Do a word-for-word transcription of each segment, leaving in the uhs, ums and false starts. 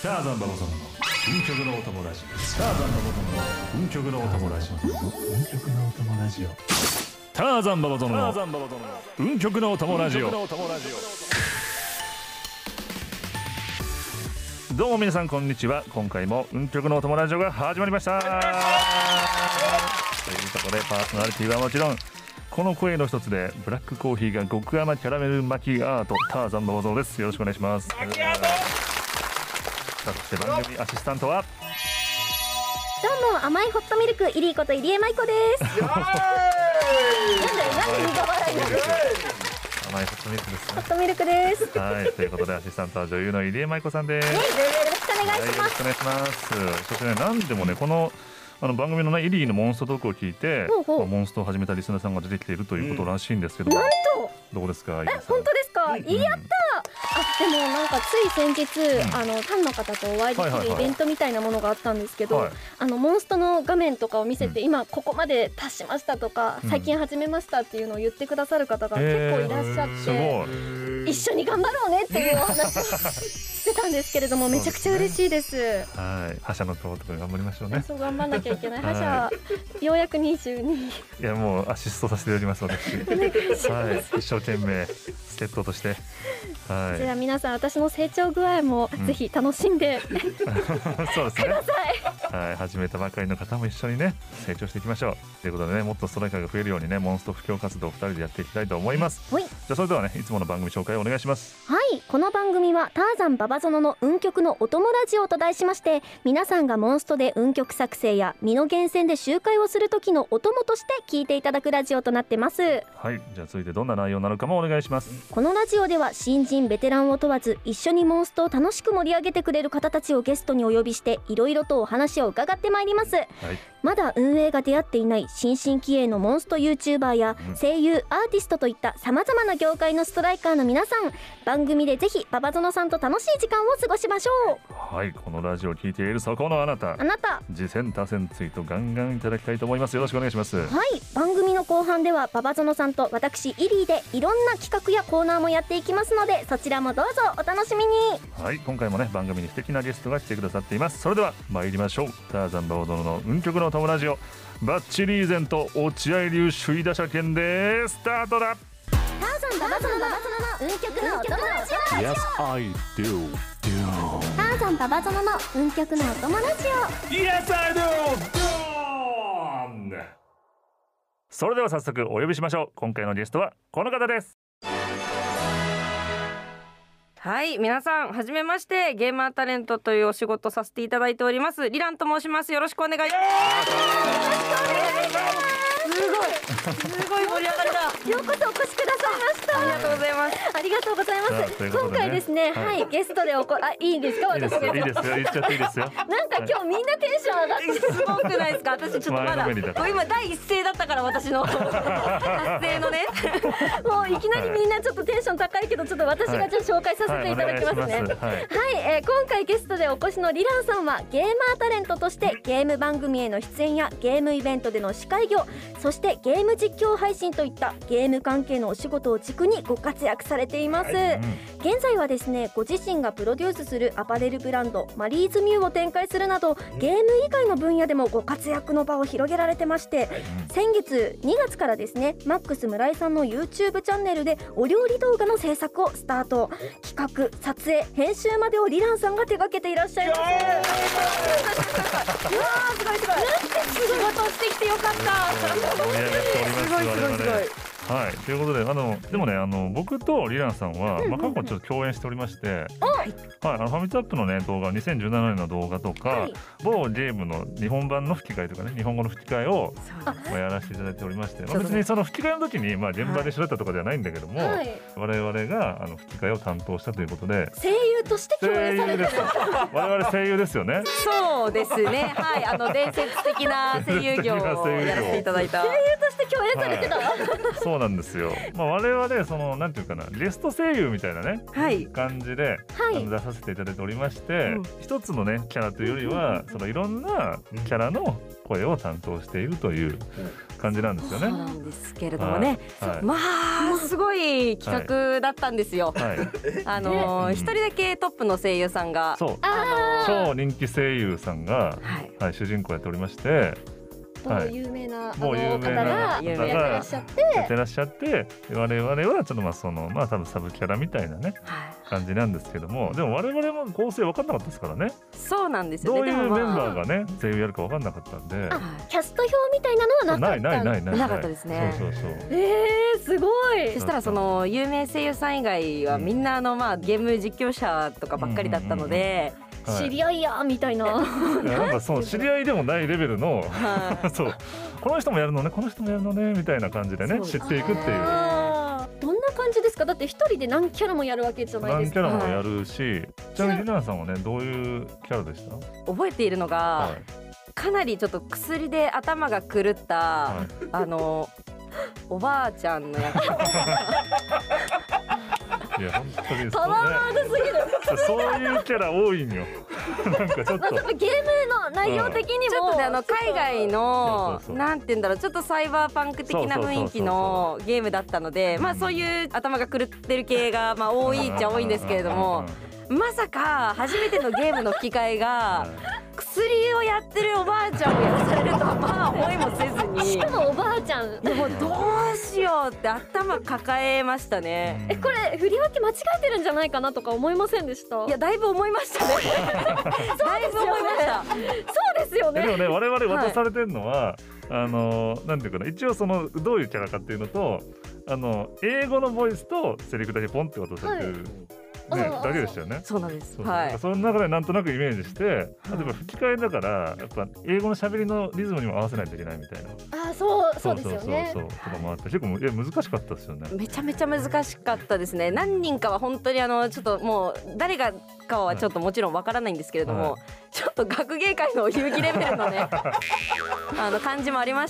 ターザンババゾノの運極のお友達。ターザンババゾノの運極のお友達。運極のお友達。ターザンババゾノの運極のお友達。どうも皆さんこんにちは。今回も運極のお友達が始まりました。ということでパーソナリティはもちろんこの声の一つでブラックコーヒーが極甘キャラメルマキアートターザンババゾノです。よろしくお願いします。マキアート。そして番組アシスタントはどうも甘いホットミルクイリーこと入江舞子です。なんでなんで苦笑いなの。 甘いホットミルクですね。 ホットミルクです。 はい、ということでアシスタントは女優の入江舞子さんです。 はい、よろしくお願いします。 はい、よろしくお願いします。そしてね、なんでもねこのあの番組のねイリーのモンストトークを聞いて、 ほうほう、 まあ、モンストを始めたリスナーさんが出てきているということらしいんですけど、 なんとどうですか。 え、本当ですか。 うん、 やったー。あ、でもなんかつい先日、うん、あのファンの方とお会いできるイベントみたいなものがあったんですけど、はいはいはい、あのモンストの画面とかを見せて、うん、今ここまで達しましたとか、うん、最近始めましたっていうのを言ってくださる方が結構いらっしゃって、一緒に頑張ろうねっていうお話をしてたんですけれども、めちゃくちゃ嬉しいです。 はい、覇者の塔とか頑張りましょうね。 そう頑張んなきゃいけない。覇者ようやくにじゅうに。いやもうアシストさせていただきます私。 お願いします。 はい、一生懸命助っ人として。はい。 じゃあ皆さん私の成長具合もぜひ楽しんで、うん、そうですね。ください。 はい、始めたばかりの方も一緒にね成長していきましょうということでね、もっとストライカーが増えるようにねモンスト布教活動をふたりでやっていきたいと思います。はい、じゃあそれではねいつもの番組紹介をお願いします。 はい、この番組はターザンババゾノの運極のお友ラジオと題しまして、皆さんがモンストで運極作成や身の源泉で集会をする時のお供として聞いていただくラジオとなってます。 はい、じゃあ続いてどんな内容なのかもお願いします。 このラジオでは新人ベテランを問わず一緒にモンストを楽しく盛り上げてくれる方たちをゲストにお呼びしていろいろとお話を伺ってまいります。はい、まだ運営が出会っていない新進気鋭のモンスト YouTuber や声優、アーティストといったさまざまな業界のストライカーの皆さん、番組でぜひババゾノさんと楽しい時間を過ごしましょう。 はい、このラジオを聞いているそこのあなた、 あなた次戦他戦ツイートガンガンいただきたいと思います。よろしくお願いします。 はい、番組の後半ではババゾノさんと私イリーでいろんな企画やコーナーもやっていきますので、そちらもどうぞお楽しみに。 はい、今回もね番組に素敵なゲストが来てくださっています。それでは参りましょう。ターザンババゾノの運極の友ラジオ、バッチリーゼント落合流首位打者権でスタートだ。 ターザンババゾノの運極のお友ラジオ。 Yes, I do, do. ターザンババゾノの運極のお友ラジオ。 Yes, I do, do. それでは早速お呼びしましょう。今回のゲストはこの方です。 はい、皆さんはじめまして、ゲーマータレントというお仕事させていただいておりますリランと申します。よろしくお願いします。すごいすごい盛り上がりだ。 ようこそお越しくださいました。 ありがとうございます。 ありがとうございます。 ね、 今回ですね、はい、はい、ゲストでおこあいいんですか。 いいですよ、いいですよ、言っちゃっていいですよ。 なんか今日みんなテンション上がってすごくないですか。私ちょっとまだ今第一声だったから私の発声のねもういきなりみんなちょっとテンション高いけど、ちょっと私がじゃあ紹介させていただきますね。はい、はいはい、えー、今回ゲストでお越しのリランさんはゲーマータレントとしてゲーム番組への出演やゲームイベントでの司会業、そしてゲーム実況配信といったゲーム関係のお仕事を軸にご活躍されています。はい、うん、現在はですね、ご自身がプロデュースするアパレルブランドマリーズミューを展開するなど、ゲーム以外の分野でもご活躍の場を広げられてまして、はい、うん、先月にがつからですね、マックス村井さんの YouTube チャンネルでお料理動画の制作をスタート。企画、撮影、編集までをリランさんが手掛けていらっしゃいます。うわー、すごいすごい。なんて仕事してきてよかった。 盛り上がっております。 すごいすごいすごい。 はい、ということで、あのでもね、あの僕とリランさんは、まあ、過去ちょっと共演しておりまして、はい、あのファミツアップのね動画、にせんじゅうななねんの動画とか、はい、某ゲームの日本版の吹き替えとかね、日本語の吹き替えを、まあ、やらせていただいておりまして、まあ、別にその吹き替えの時に、まあ、現場で喋ったとかではないんだけども、はい、我々があの吹き替えを担当したということで、 声優として共演されてる。 我々声優ですよね。 そうですね、はい、あの伝説的な声優業をやらせていただいた。 声優として共演されてた、はい、 そうなんですよ。まあ、我々そのなんていうかな、ゲスト声優みたいなね、はい、感じで、はい、あの出させていただいておりまして、うん、一つのねキャラというよりは、そのいろんなキャラの声を担当しているという感じなんですよね。 そうなんですけれどもね、 はいはい、 まあすごい企画だったんですよ。はい、あの一、ね、人だけトップの声優さんが、 そう、あのー、超人気声優さんが、はいはい、主人公やっておりまして。 もう有名な、はい、あの方がやってらっしゃってやってらっしゃって我々はちょっとまあそのまあ多分サブキャラみたいなね、はい、感じなんですけども、でも我々も構成分かんなかったですからね。 そうなんですよね。 どういうメンバーがね声優やるか分かんなかったんで、 キャスト表みたいなのはなかった。 ないないないないなかったですね。 そうそうそう。 えー、すごい。 そしたらその有名声優さん以外はみんなあのまあゲーム実況者とかばっかりだったので、 はい、知り合いやみたいな。 いやなんかそう知り合いでもないレベルの、はい、そうこの人もやるのねこの人もやるのねみたいな感じでね知っていくっていう。 どんな感じですか？だって一人で何キャラもやるわけじゃないですか。 何キャラもやるし、はい、ちなみにりなさんはねどういうキャラでした？ 覚えているのが、はい、かなりちょっと薬で頭が狂った、はい、あのおばあちゃんの役。 いや本当にパワーワードすぎる。 そういうキャラ多いんよ。なんかちょっと、まあ、 ゲームの内容的にも、 ちょっとねあの海外のなんて言うんだろうちょっとサイバーパンク的な雰囲気のゲームだったので、まあそういう頭が狂ってる系がまあ多いっちゃ多いんですけれども、まさか初めてのゲームの吹き替えが薬をやってるおばあちゃんをやらされるとはまあ思いもせずに、 しかもおばあちゃんでもどうしようって頭抱えましたね。 えこれ振り分け間違えてるんじゃないかなとか思いませんでした？ いやだいぶ思いましたね。だいぶ思いました。 そうですよね。 でもね我々渡されてるのは、はい、あのなんていうかな一応そのどういうキャラかっていうのとあの英語のボイスとセリフだけポンって渡されてる、はいね、だけでしたよね。 そうなんです。 そうはい。 その中でなんとなくイメージして、例えば吹き替えだからやっぱ英語の喋りのリズムにも合わせないといけないみたいな。 あ、そうそうですよね。 そうそうそうとかもあって結構いや難しかったですよね。 めちゃめちゃ難しかったですね。何人かは本当にあのちょっともう誰がかはちょっともちろんわからないんですけれども、はい、ちょっと学芸会の勇気レベルのねあの感じもありまして、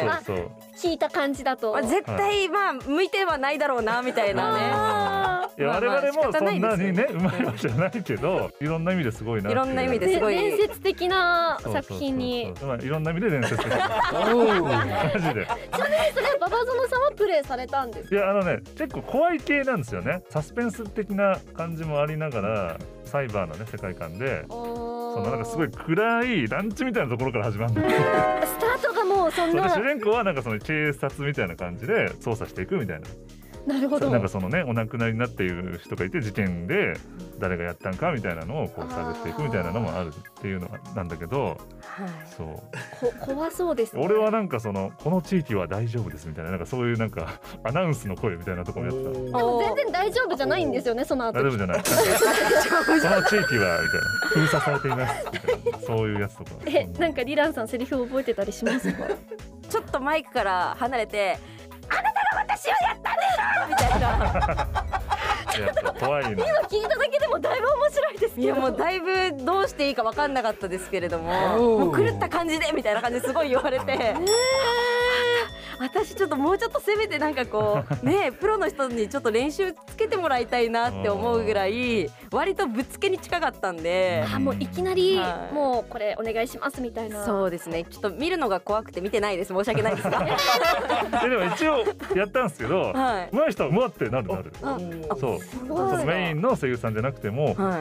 そうそうそう聞いた感じだと、 まあ、絶対まあ向いてはないだろうなみたいなね。 いや我々もそんなにねうまいわけじゃないけどいろんな意味ですごいなっていう。 いろんな意味ですごい伝説的な作品にいろんな意味で伝説的なマジで。ちなみにそれババゾノさんはプレイされたんですか？ いやあのね結構怖い系なんですよね。サスペンス的な感じもありながらサイバーのね世界観でそのなんかすごい暗いランチみたいなところから始まるんだけどスタートがもうそんなそ主人公はなんかその警察みたいな感じで捜査していくみたいな。 なるほど。 なんかそのねお亡くなりになっている人がいて事件で誰がやったんかみたいなのをこう探していくみたいなのもあるっていうのなんだけど、はい、そうこ怖そうですね。 俺はなんかそのこの地域は大丈夫ですみたいななんかそういうなんかアナウンスの声みたいなところもやってた。 でも全然大丈夫じゃないんですよねその後。 大丈夫じゃない。その地域はみたいな封鎖されていますみたいなそういうやつとか。 えなんかリランさんセリフ覚えてたりしますか？ ちょっとマイクから離れてあなたが私をやったんでしょみたいな。 やっぱ怖いの。 今聞いただけでもだいぶ面白いですけど。 いやもうだいぶどうしていいか分かんなかったですけれども、もう狂った感じでみたいな感じですごい言われて、えー、私ちょっともうちょっとせめてなんかこうねプロの人にちょっと練習つけてもらいたいなって思うぐらい割とぶつけに近かったんで、 あもういきなりもうこれお願いしますみたいな。 そうですね。ちょっと見るのが怖くて見てないです。申し訳ないですが。 でも一応やったんですけど、はい、上手い人はうわってなるなる。そうそうメインの声優さんじゃなくても、はい、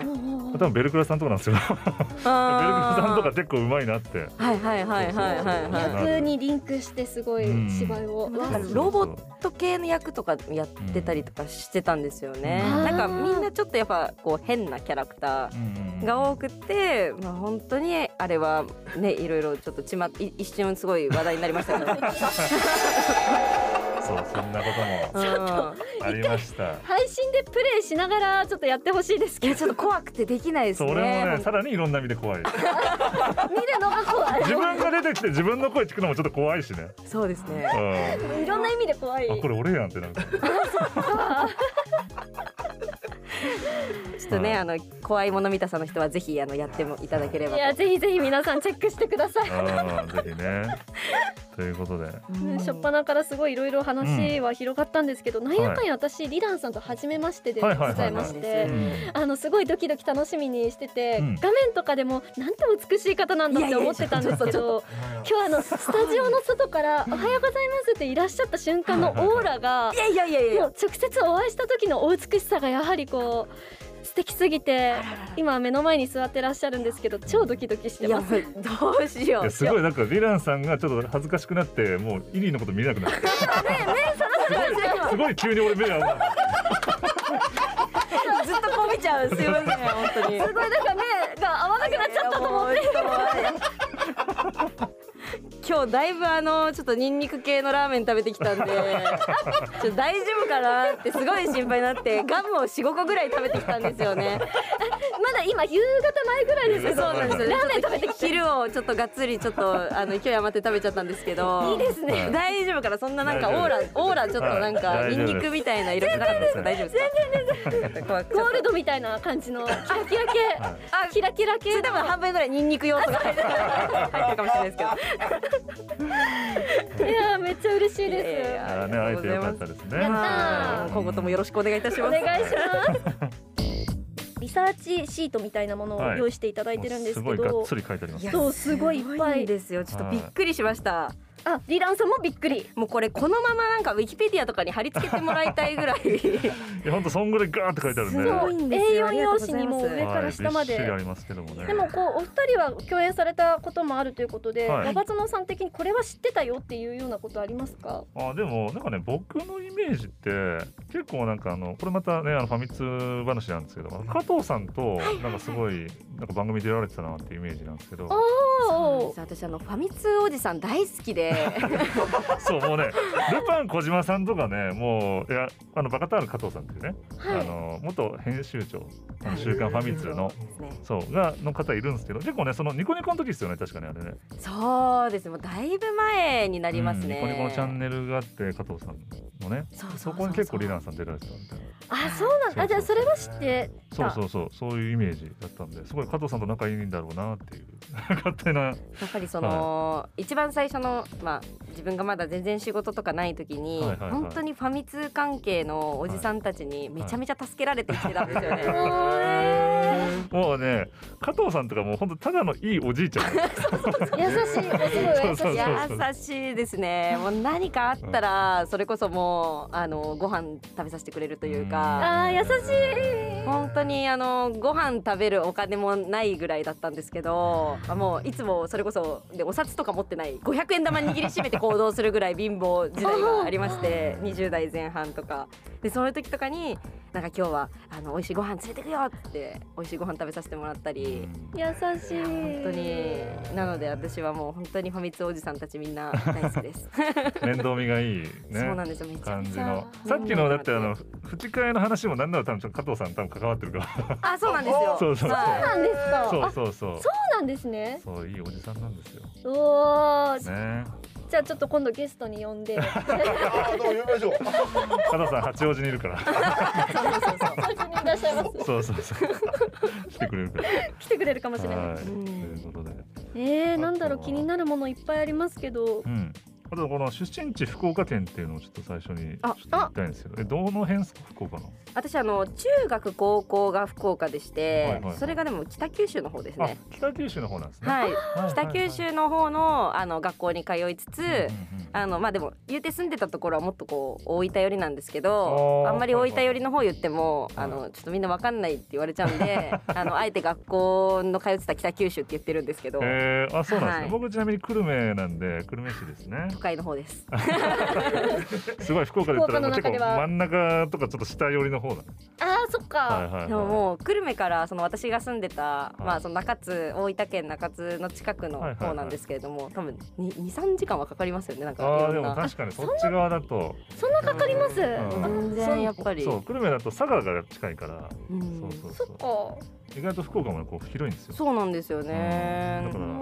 多分ベルクラさんとかなんですよ。ベルクラさんとか結構うまいなって。 はいはいはいはいはい。 役にリンクしてすごい芝居を。 ロボット系の役とかやってたりとかしてたんですよね。なんかみんなちょっとやっぱこう変なキャラクターが多くて、まあ本当にあれはねいろいろちょっとちま一瞬すごい話題になりましたね。 そうそんなこともありました。 配信でプレイしながらちょっとやってほしいですけど、 ちょっと怖くてできないですね。 それもねさらにいろんな意味で怖い。見るのが怖い。 自分が出てきて自分の声聞くのもちょっと怖いしね。 そうですね。 うん、いろんな意味で怖い。 あこれ俺やんってなる。 ちょっとね、はい、あの怖いもの見たさの人はぜひあのやってもいただければと。 いやぜひぜひ皆さんチェックしてください。 あぜひね。 ということで、 初っ端からすごいいろいろ話は広がったんですけど、うん、なんやかんや私リランさんと初めましてでございまして、あのすごいドキドキ楽しみにしてて、うん、画面とかでもなんて美しい方なんだって思ってたんですけど、今日あのスタジオの外からおはようございますっていらっしゃった瞬間のオーラが、いやいやいやいや、直接お会いした時のお美しさがやはりこう素敵すぎて、今目の前に座ってらっしゃるんですけど超ドキドキしてます。 どうしよう。 すごいなんかヴィランさんがちょっと恥ずかしくなってもうイリーのこと見れなくなって。すごい急に俺目が合う。 ずっとこう見ちゃう。すいません本当に。 すごいなんか目が合わなくなっちゃったと思って。 今日だいぶあのちょっとニンニク系のラーメン食べてきたんでちょっと大丈夫かなってすごい心配になってガムを よん,ご 個ぐらい食べてきたんですよね。 まだ今夕方前ぐらいですよ。 そうなんですよ。ラーメン食べてきて昼をちょっとがっつりちょっとあの勢い余って食べちゃったんですけど、 いいですね。 大丈夫かな。そんななんかオーラオーラちょっとなんかニンニクみたいな色じゃなかったですか。大丈夫ですか。 全然全然ゴールドみたいな感じのキラキラ系、あキラキラ系。 それでも半分ぐらいニンニク要素が入ってるかもしれないですけど。 いやめっちゃ嬉しいです。 ああね、会えてよかったですね。 やった今後ともよろしくお願いいたします。 お願いします。リサーチシートみたいなものを用意していただいてるんですけど、 すごいがっつり書いてあります。 そうすごいいっぱいですよ。ちょっとびっくりしました。 あ、リランさんもびっくり。 もうこれこのままなんかウィキペディアとかに貼り付けてもらいたいぐらい。いや本当そんぐらいガーって書いてあるね。 そう エーよん 用紙にも上から下まで。 はい、ありますけどもね。 でもこうお二人は共演されたこともあるということで、馬場園さん的にこれは知ってたよっていうようなことありますか？ あ、でもなんかね、僕のイメージって結構なんかあのこれまたねあのファミ通話なんですけど、加藤さんとなんかすごいなんか番組出られてたなっていうイメージなんですけど。 そう私あのファミ通おじさん大好きで。 そうもうねルパン小島さんとかね、もういやあのバカタール加藤さんっていうね、はい、あの元編集長あの週刊ファミ通の、ね、そうがの方いるんですけど、結構ねそのニコニコの時ですよね確かにあれね。 そうです。もうだいぶ前になりますね。 うん、ニコニコのチャンネルがあって加藤さんのね、そうそうそうそう、そこに結構リランさん出られてたみたいな。 あ、そうなんだ。あ、じゃあそれは知ってた。そうそうそうそういうイメージだったんで、すごい加藤さんと仲いいんだろうなっていう勝手な。やっぱりその、はい、一番最初のまあ自分がまだ全然仕事とかない時に、はいはいはい、本当にファミ通関係のおじさんたちにめちゃめちゃ助けられてきてたんですよね。 はい、もうね加藤さんとかもう本当ただのいいおじいちゃん。 優しい、すごい優しいですね。もう何かあったらそれこそもうあのご飯食べさせてくれるというか。 あ、優しい。 本当にあのご飯食べるお金もないぐらいだったんですけど、もういつもそれこそでお札とか持ってないごひゃくえん玉握りしめて行動するぐらい貧乏時代がありましてにじゅう代前半とかで、そういう時とかになんか今日はあの美味しいご飯連れてくよって美味しいご飯食べさせてもらったり。 優しい。 本当になので私はもう本当にファミ通おじさんたちみんな大好きです。 面倒見がいいね。 そうなんですよ。めちゃめちゃさっきのだってあの吹き替えの話もなんなら多分加藤さん多分関わってるから。 あ、そうなんですよ。 そうそうそう。そうなんですか。 そうそうそう。 そうなんですね。 そういいおじさんなんですよ。 おお。 ね。 じゃあちょっと今度ゲストに呼んで。 どう呼びましょう。 加藤さん八王子にいるから。 そうそうそう。八王子にいらっしゃいます。 そうそうそう。来てくれるから。 来てくれるかもしれない。 はい。ということで。 ええ、なんだろう、気になるものいっぱいありますけど。 うん。あとこの出身地福岡県っていうのをちょっと最初にちょっと言いたいんですけど、えどの辺ですか福岡の？ 私あの中学高校が福岡でして、はいはいはい、それがでも北九州の方ですね。 北九州の方なんですね。 はい、北九州の方のあの学校に通いつつ、うんうんうん、あのまあでも言うて住んでたところはもっとこう大分寄りなんですけど、あんまり大分寄りの方言っても、はいはい、あのちょっとみんなわかんないって言われちゃうんで、あのあえて学校の通ってた北九州って言ってるんですけど。 えー、あ、そうなんですね。はい、僕ちなみに久留米なんで久留米市ですね。 都会の方です。 すごい福岡で言ったら結構真ん中とかちょっと下寄りの方だね。 あー、そっか、 はいはいはい、 でももう久留米からその私が住んでた、はい、まあその中津大分県中津の近くの方なんですけれども、はいはいはい、多分 にさんじかんはかかりますよね。なんかいろんな。あでも確かにそっち側だとそんなかかります、 うん、全然やっぱりそう久留米だと佐賀が近いから、 うん、 そうそうそう、 そっか、 意外と福岡もこう広いんですよ。 そうなんですよね。 だから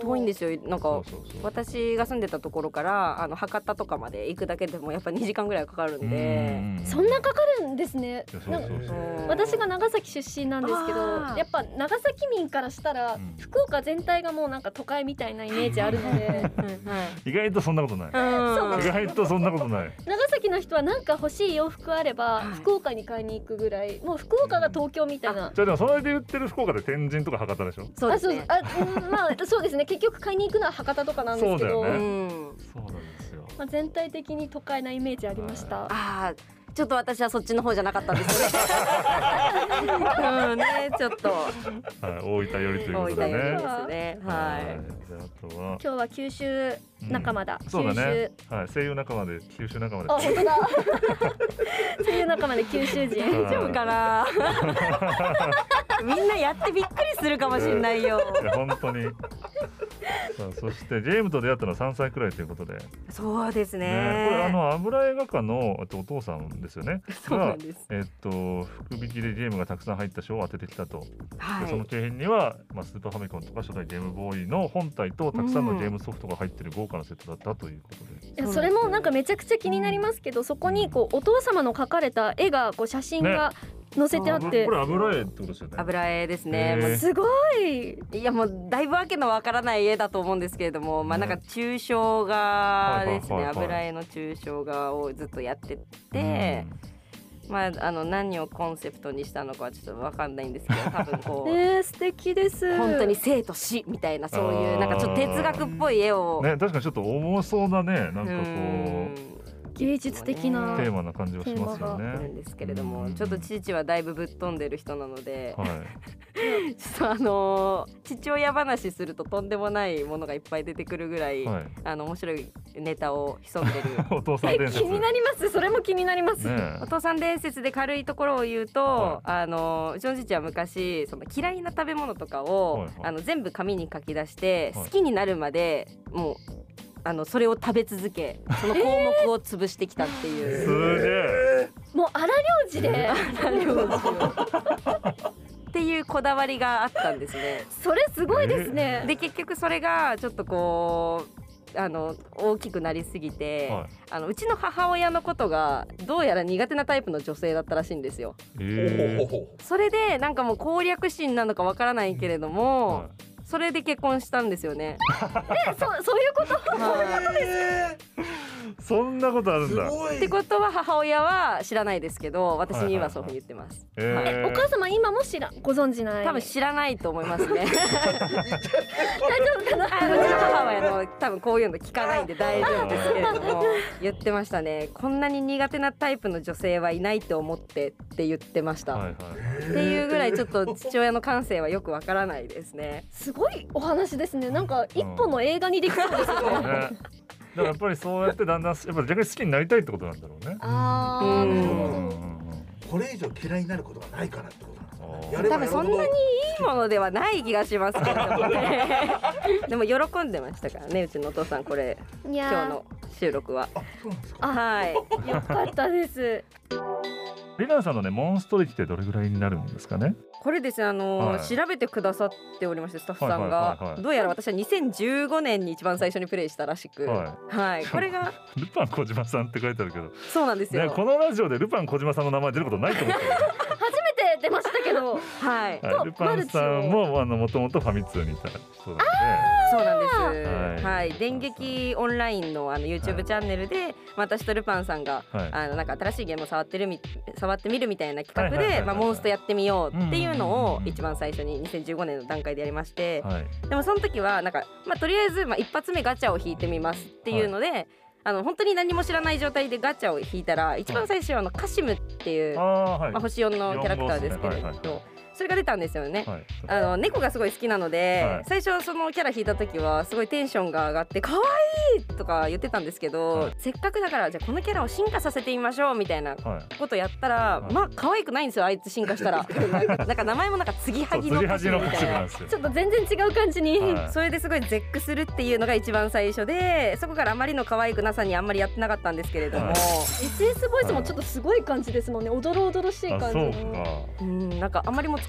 遠いんですよ。なんかそうそうそう私が住んでたところからあの博多とかまで行くだけでもやっぱにじかんぐらいかかるんで、 そんなかかるんですね。 そうそうそう私が長崎出身なんですけど、やっぱ長崎民からしたら、うん、福岡全体がもうなんか都会みたいなイメージあるので意外とそんなことない。意外とそんなことない。 長崎の人はなんか欲しい洋服あれば福岡に買いに行くぐらい、もう福岡が東京みたいな。 じゃあでもそれで言ってる福岡で天神とか博多でしょ。 そうですね。 あ、そう、あ、まあそうですね。結局買いに行くのは博多とかなんですけど、 そうだよね。うん、そうなんですよ。 まあ全体的に都会なイメージありました。 あー、ちょっと私はそっちの方じゃなかったんですね。うんね、ちょっと、はい、 大分寄りということでね。大分寄りですね。 はい。 じゃあ、あとは今日は九州仲間だ。 うん、そうだね。はい、声優仲間で九州仲間で。 あ、本当だ。声優仲間で九州人。 大丈夫かな。みんなやってびっくりするかもしれないよ。 いや本当に。さあ、そしてゲームと出会ったのはさんさいくらいということで。 そうですね。 ね、これあの油絵画家のお父さんですよね。 そうなんです。 えっと福引きでゲームがたくさん入った賞を当ててきたと。 はい、 その景品には、まあ、スーパーファミコンとか初代ゲームボーイの本体とたくさんのゲームソフトが入ってる豪華なセットだったということで。 いや、それもなんかめちゃくちゃ気になりますけど、そこにこうお父様の描かれた絵がこう写真が、ね、載せてあって、 これ油絵ってことですよね。 油絵ですね。もうすごい。 いや、もうだいぶわけのわからない絵だと思うんですけれども、まあなんか抽象画ですね。油絵の抽象画をずっとやってて、まああの何をコンセプトにしたのかはちょっとわかんないんですけど、多分こうえー、素敵です。 本当に生と死みたいな、そういうなんかちょっと哲学っぽい絵をね、確かにちょっと重そうなね、なんかこう。 芸術的なテーマな感じはしますよね。 なんですけれども、ちょっと父はだいぶぶっ飛んでる人なので、 はい、 ちょっとあのー、父親話するととんでもないものがいっぱい出てくるぐらい、はい、あの面白いネタを潜んでるお父さん伝説。 気になります。それも気になります、 ね、 お父さん伝説で軽いところを言うと、はい、あのうちの父は昔その嫌いな食べ物とかを、はいはい、あの全部紙に書き出して、はい、好きになるまでもうあのそれを食べ続け、その項目を潰してきたっていう、 えー、すげえ。 もう荒療治で荒療治っていうこだわりがあったんですね。 それすごいですね。 えー、で結局それがちょっとこうあの大きくなりすぎて、はい、あのうちの母親のことがどうやら苦手なタイプの女性だったらしいんですよ。 えー、 それでなんかもう攻略心なのかわからないけれども、はい、それで結婚したんですよね。 え、そ、そういうこと？そういうことですか？ そんなことあるんだ。 ってことは母親は知らないですけど、私にはそういうふうに言ってます。 はいはいはい、 えー、お母様今も知らご存知ない？ 多分知らないと思いますね。大丈夫かな？ うちの母親の多分こういうの聞かないんで大丈夫ですけれども、言ってましたね。こんなに苦手なタイプの女性はいないと思ってって言ってました。はいはい、っていうぐらいちょっと父親の感性はよくわからないですね。 すごいお話ですね。なんか一本の映画にできそうですよね。ね、 だからやっぱりそうやってだんだんやっぱ逆に好きになりたいってことなんだろうね。 ああ、なるほど。 これ以上嫌いになることがないからってことなんですね。多分そんなにいいものではない気がしますけれどもね。でも喜んでましたからね、うちのお父さんこれ今日の収録は。 あ、そうなんですか。 はい。 よかったです。 リナさんのねモンスト歴ってどれぐらいになるんですかね。 これですね、あのーはい、調べてくださっておりまして、スタッフさんがどうやら私はにせんじゅうごねんに一番最初にプレイしたらしく、はい、はい、これがルパン小島さんって書いてあるけど、 そうなんですよ、 ね、このラジオでルパン小島さんの名前出ることないと思って初めて出ましたけど、 はい、 はい、ルパンさんもあのもともとファミ通にいた人なんで、 そうなんです、 はいはい、電撃オンラインのあの YouTube チャンネルで、はい、私とルパンさんが、はい、あのなんか新しいゲームを触ってるみ触ってみるみたいな企画で、まあモンストやってみようっていうのを一番最初ににせんじゅうごねんの段階でやりまして、はい、でもその時はなんか、まあ、とりあえずまあ一発目ガチャを引いてみますっていうので、はい、あの本当に何も知らない状態でガチャを引いたら一番最初はあのカシムっていう、はい、まあ、星よんのキャラクターですけれど、ね、はいはいはい、それが出たんですよね、はい、あの猫がすごい好きなので、はい、最初そのキャラ引いた時はすごいテンションが上がって可愛いとか言ってたんですけど、はい、せっかくだからじゃあこのキャラを進化させてみましょうみたいなことやったら、はい、まあ可愛くないんですよ、あいつ進化したらなんか名前もなんか継ぎはぎのカシムみたいな、 ちょっと全然違う感じに、 はい、それですごい絶句するっていうのが一番最初で、そこからあまりの可愛くなさにあんまりやってなかったんですけれども、はい、 エスエス ボイスもちょっとすごい感じですもんね、おどろおどろしい感じの、 うん、なんかあまりも使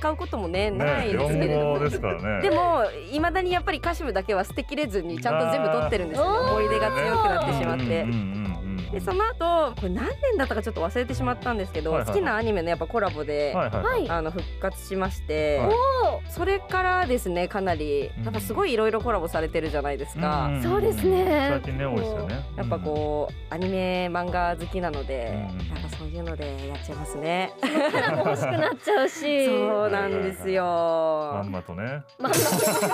使うこともねないですけれども、 ね、ですからね。 でもいまだにやっぱりカシムだけは捨てきれずにちゃんと全部取ってるんですよね。思い出が強くなってしまって、でその後これ何年だったかちょっと忘れてしまったんですけど、はいはいはい、好きなアニメのやっぱコラボで、はいはいはい、あの復活しまして、はい、それからですねかなりやっぱすごいいろいろコラボされてるじゃないですか、 うんうん、そうですね。 最近ね多いですよね。 やっぱこうアニメ漫画好きなので、うん、やっぱそういうのでやっちゃいますね。 キャラも欲しくなっちゃうしそうなんですよ。 まんまとねまんまと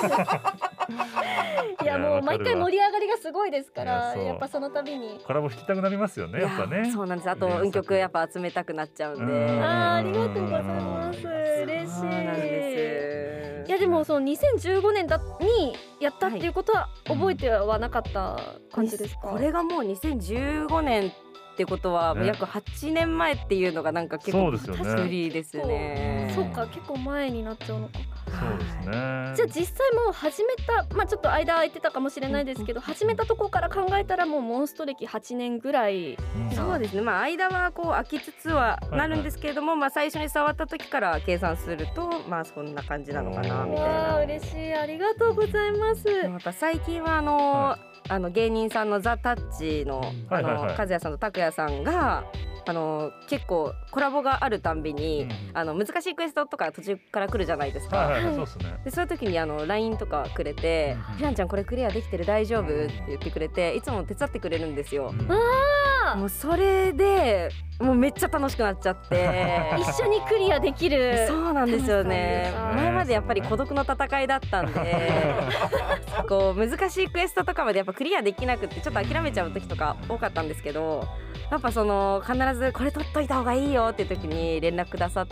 いやもう毎回盛り上がりがすごいですから、やっぱその度にコラボ弾きたくなりますよね、やっぱね。 そうなんです。あと運曲やっぱ集めたくなっちゃうんで、 あ, ありがとうございます。嬉しい。そうなんです。いやでもそのにせんじゅうごねんだにやったっていうことは覚えてはなかった感じですか？ これがもうにせんじゅうごねんってことはもう約はちねんまえっていうのがなんか結構スリーですね。 そうか、結構前になっちゃうのか。 そうですね。じゃあ実際もう始めた、まあちょっと間空いてたかもしれないですけど、始めたところから考えたらもうモンスト歴はちねんぐらい、 うん、そうですね。まあ間はこう空きつつはなるんですけれども、はいはい、まあ最初に触った時から計算するとまあそんな感じなのかなみたいな。 嬉しい、ありがとうございます。 やっぱ最近はあの、はい、あの芸人さんのザ・タッチのあの和也さんと拓也さんがあの結構コラボがあるたんびに、うん、あの難しいクエストとか途中から来るじゃないですか。 はいはいはい、そうですね。 でそういう時にあの ライン とかくれて、うん、ひなちゃんこれクリアできてる大丈夫って言ってくれて、いつも手伝ってくれるんですよ。 うん、あもうそれでもうめっちゃ楽しくなっちゃって一緒にクリアできる。 そうなんですよね。前までやっぱり孤独の戦いだったんでこう難しいクエストとかまでやっぱクリアできなくってちょっと諦めちゃう時とか多かったんですけど、やっぱその必ずこれ取っといた方がいいよっていう時に連絡くださって、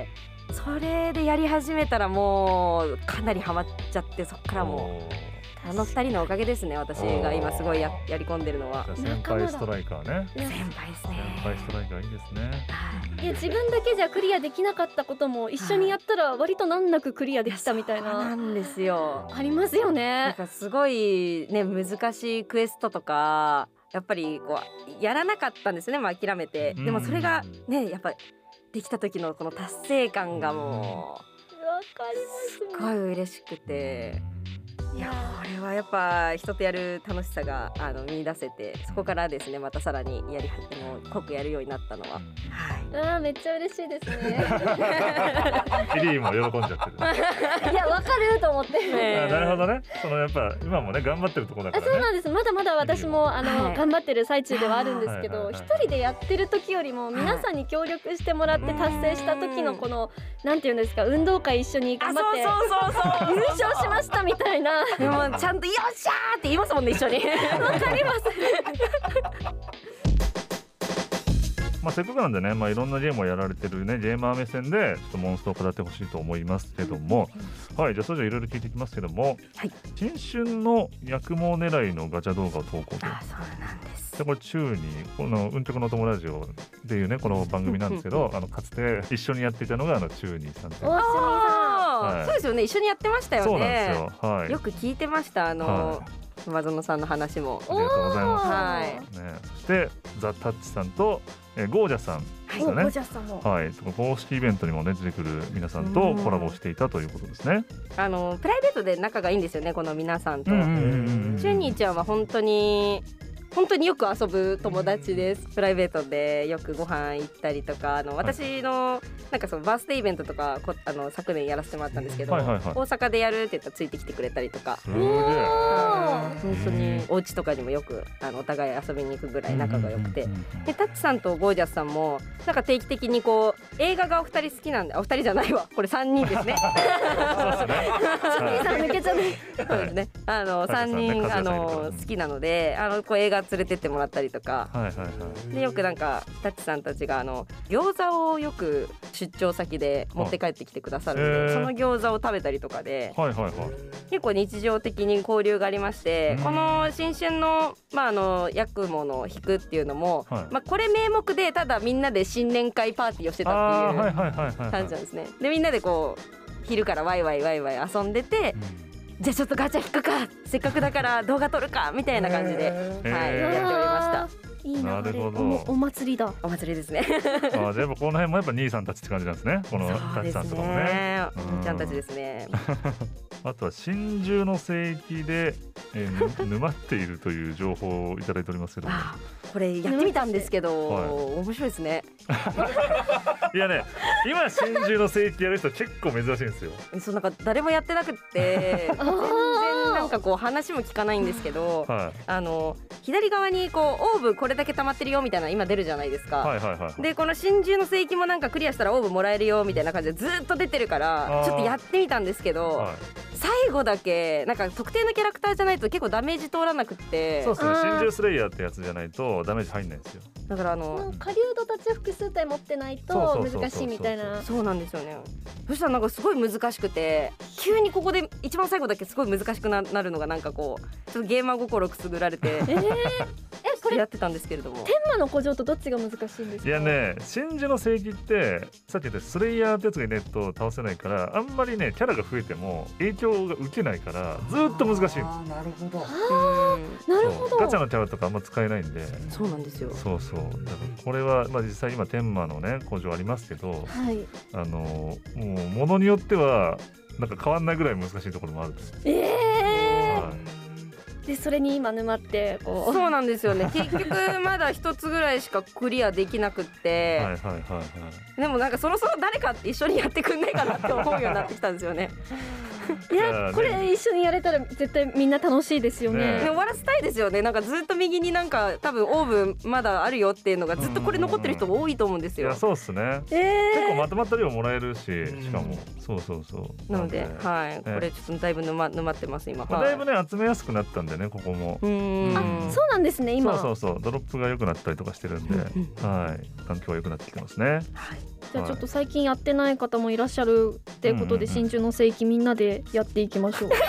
それでやり始めたらもうかなりハマっちゃって、そっからもうあのふたりのおかげですね。私が今すごい や, やり込んでるのは先輩ストライカーね。 先輩ですね。 先輩ストライカーいいですね。 いや自分だけじゃクリアできなかったことも一緒にやったら割と難なくクリアできたみたいな。 そうなんですよ。 ありますよね。 なんかすごいね難しいクエストとかやっぱりこうやらなかったんですね。まあ諦めて、でもそれがねやっぱできた時のこの達成感がもうわかります。 すごい嬉しくて。いやこれはやっぱ人とやる楽しさがあの見出せて、そこからですねまたさらにやりはっても濃くやるようになったのは、 うん、はい、あめっちゃ嬉しいですねリリーも喜んじゃってるいやわかると思って、 ね、なるほどね。そのやっぱ今もね頑張ってるところだからね。 そうなんです。まだまだ私もあの、はい、頑張ってる最中ではあるんですけど、一人でやってる時よりも皆さんに協力してもらって達成した時のこのなんていうんですか、運動会一緒に頑張って優勝しましたみたいなでもちゃんとよっしゃーって言いますもんね一緒にわかりますまあせっかくなんでね、まあ、いろんなゲームをやられてるねゲーマー目線でちょっとモンストを語ってほしいと思いますけども、はい、じゃあそれじゃいろいろ聞いていきますけども、はい、新春の薬毛狙いのガチャ動画を投稿と。 あ、そうなんです。 でこれ中にこのうんちょくの友ラジオっていうねこの番組なんですけどあのかつて一緒にやっていたのがあの中にさんっていう。 はい、そうですよね。一緒にやってましたよね。 そうなんですよ。はい。 よく聞いてましたあの、はい、馬園さんの話も。 ありがとうございます。 はい。 ね、そしてザ・タッチさんと、えー、ゴージャさんですよね。 ゴージャさんも。 はい。公式イベントにもね出てくる皆さんとコラボしていたということですね。 あのプライベートで仲がいいんですよねこの皆さんと。チュニーちゃんは本当に。本当によく遊ぶ友達です。プライベートでよくご飯行ったりとか、あの私のなんかそのバースデーイベントとかこあの昨年やらせてもらったんですけど、はいはいはい、大阪でやるって言ったらついてきてくれたりとか、本当にお家とかにもよくあのお互い遊びに行くぐらい仲が良くて、でタッチさんとゴージャスさんもなんか定期的にこう映画がお二人好きなんで、お二人じゃないわこれさんにんですね。 そうですね。 抜けちゃう。 そうですね。あのさんにんあの好きなので、あのこう映画連れてってもらったりとか、はいはいはい、でよくなんかタッチさんたちがあの餃子をよく出張先で持って帰ってきてくださるので、その餃子を食べたりとかで、はいはいはい、結構日常的に交流がありまして、この新春のまああの八雲の引くっていうのも、はい、まあこれ名目でただみんなで新年会パーティーをしてたっていう感じなんですね。でみんなでこう昼からワイワイワイワイ遊んでて、うんじゃあちょっとガチャ引くかせっかくだから動画撮るかみたいな感じで、はい、やっておりました。 いい流れ。 なるほどお、お祭りだ。 お祭りですね。 あ、じゃあやっぱこの辺もやっぱ兄さんたちって感じなんですね。このタチさんとかもね。 お兄ちゃんたちですね。 あとは真珠の聖域で、えー、ぬ沼っているという情報をいただいておりますけども。 あ、これやってみたんですけど、 はい、 面白いですね。 いやね、今真珠の聖域やる人結構珍しいんですよ。 そう、なんか誰もやってなくって全然なんかこう話も聞かないんですけど、はい、あの左側にこうオーブこれだけ溜まってるよみたいな今出るじゃないですか。はいはいはい、でこの真珠の聖域もなんかクリアしたらオーブもらえるよみたいな感じでずっと出てるからちょっとやってみたんですけど、はい、最後だけなんか特定のキャラクターじゃないと結構ダメージ通らなくって。 そうですね、真珠スレイヤーってやつじゃないとダメージ入んないんですよ。 だからあの狩人たち複数体持ってないと難しいみたいな。 そうなんですよね。そしたらなんかすごい難しくて、急にここで一番最後だけすごい難しく な, なるのがなんかこうちょっとゲーマー心くすぐられてえー、えこれやってたんですけれども、 天魔の古城とどっちが難しいんですか？ いやね、真珠の聖域ってさっき言ったスレイヤーってやつがいないと倒せないから、あんまりねキャラが増えても影響が受けないからずっと難しい。 あ、なるほど。 あ、なるほど。 ガチャのキャラとかあんま使えないんで。 そうなんですよ。 そうそう。だからこれはまあ実際今天魔のね古城ありますけど、はい、あのもうものによってはなんか変わんないぐらい難しいところもある。 ええー。はい、でそれに今沼ってこう。 そうなんですよね。結局まだ一つぐらいしかクリアできなくって。はいはいはいはい。でもなんかそろそろ誰か一緒にやってくんないかなって思うようになってきたんですよね。 いや、これ一緒にやれたら絶対みんな楽しいですよね。 ね、終わらせたいですよね。なんかずっと右になんか多分オーブンまだあるよっていうのがずっとこれ残ってる人が多いと思うんですよ。 いや、そうっすね、えー、結構まとまった量もらえるし、しかもそうそうそうなので、はい、これちょっとだいぶ沼沼ってます今。 だいぶね集めやすくなったんでね、ここも。 うん、あ、そうなんですね今。 そうそうそう、ドロップが良くなったりとかしてるんで、はい、環境が良くなってきてますね。はい、 じゃあちょっと最近やってない方もいらっしゃるってことで、真珠の聖域みんなでやっていきましょう。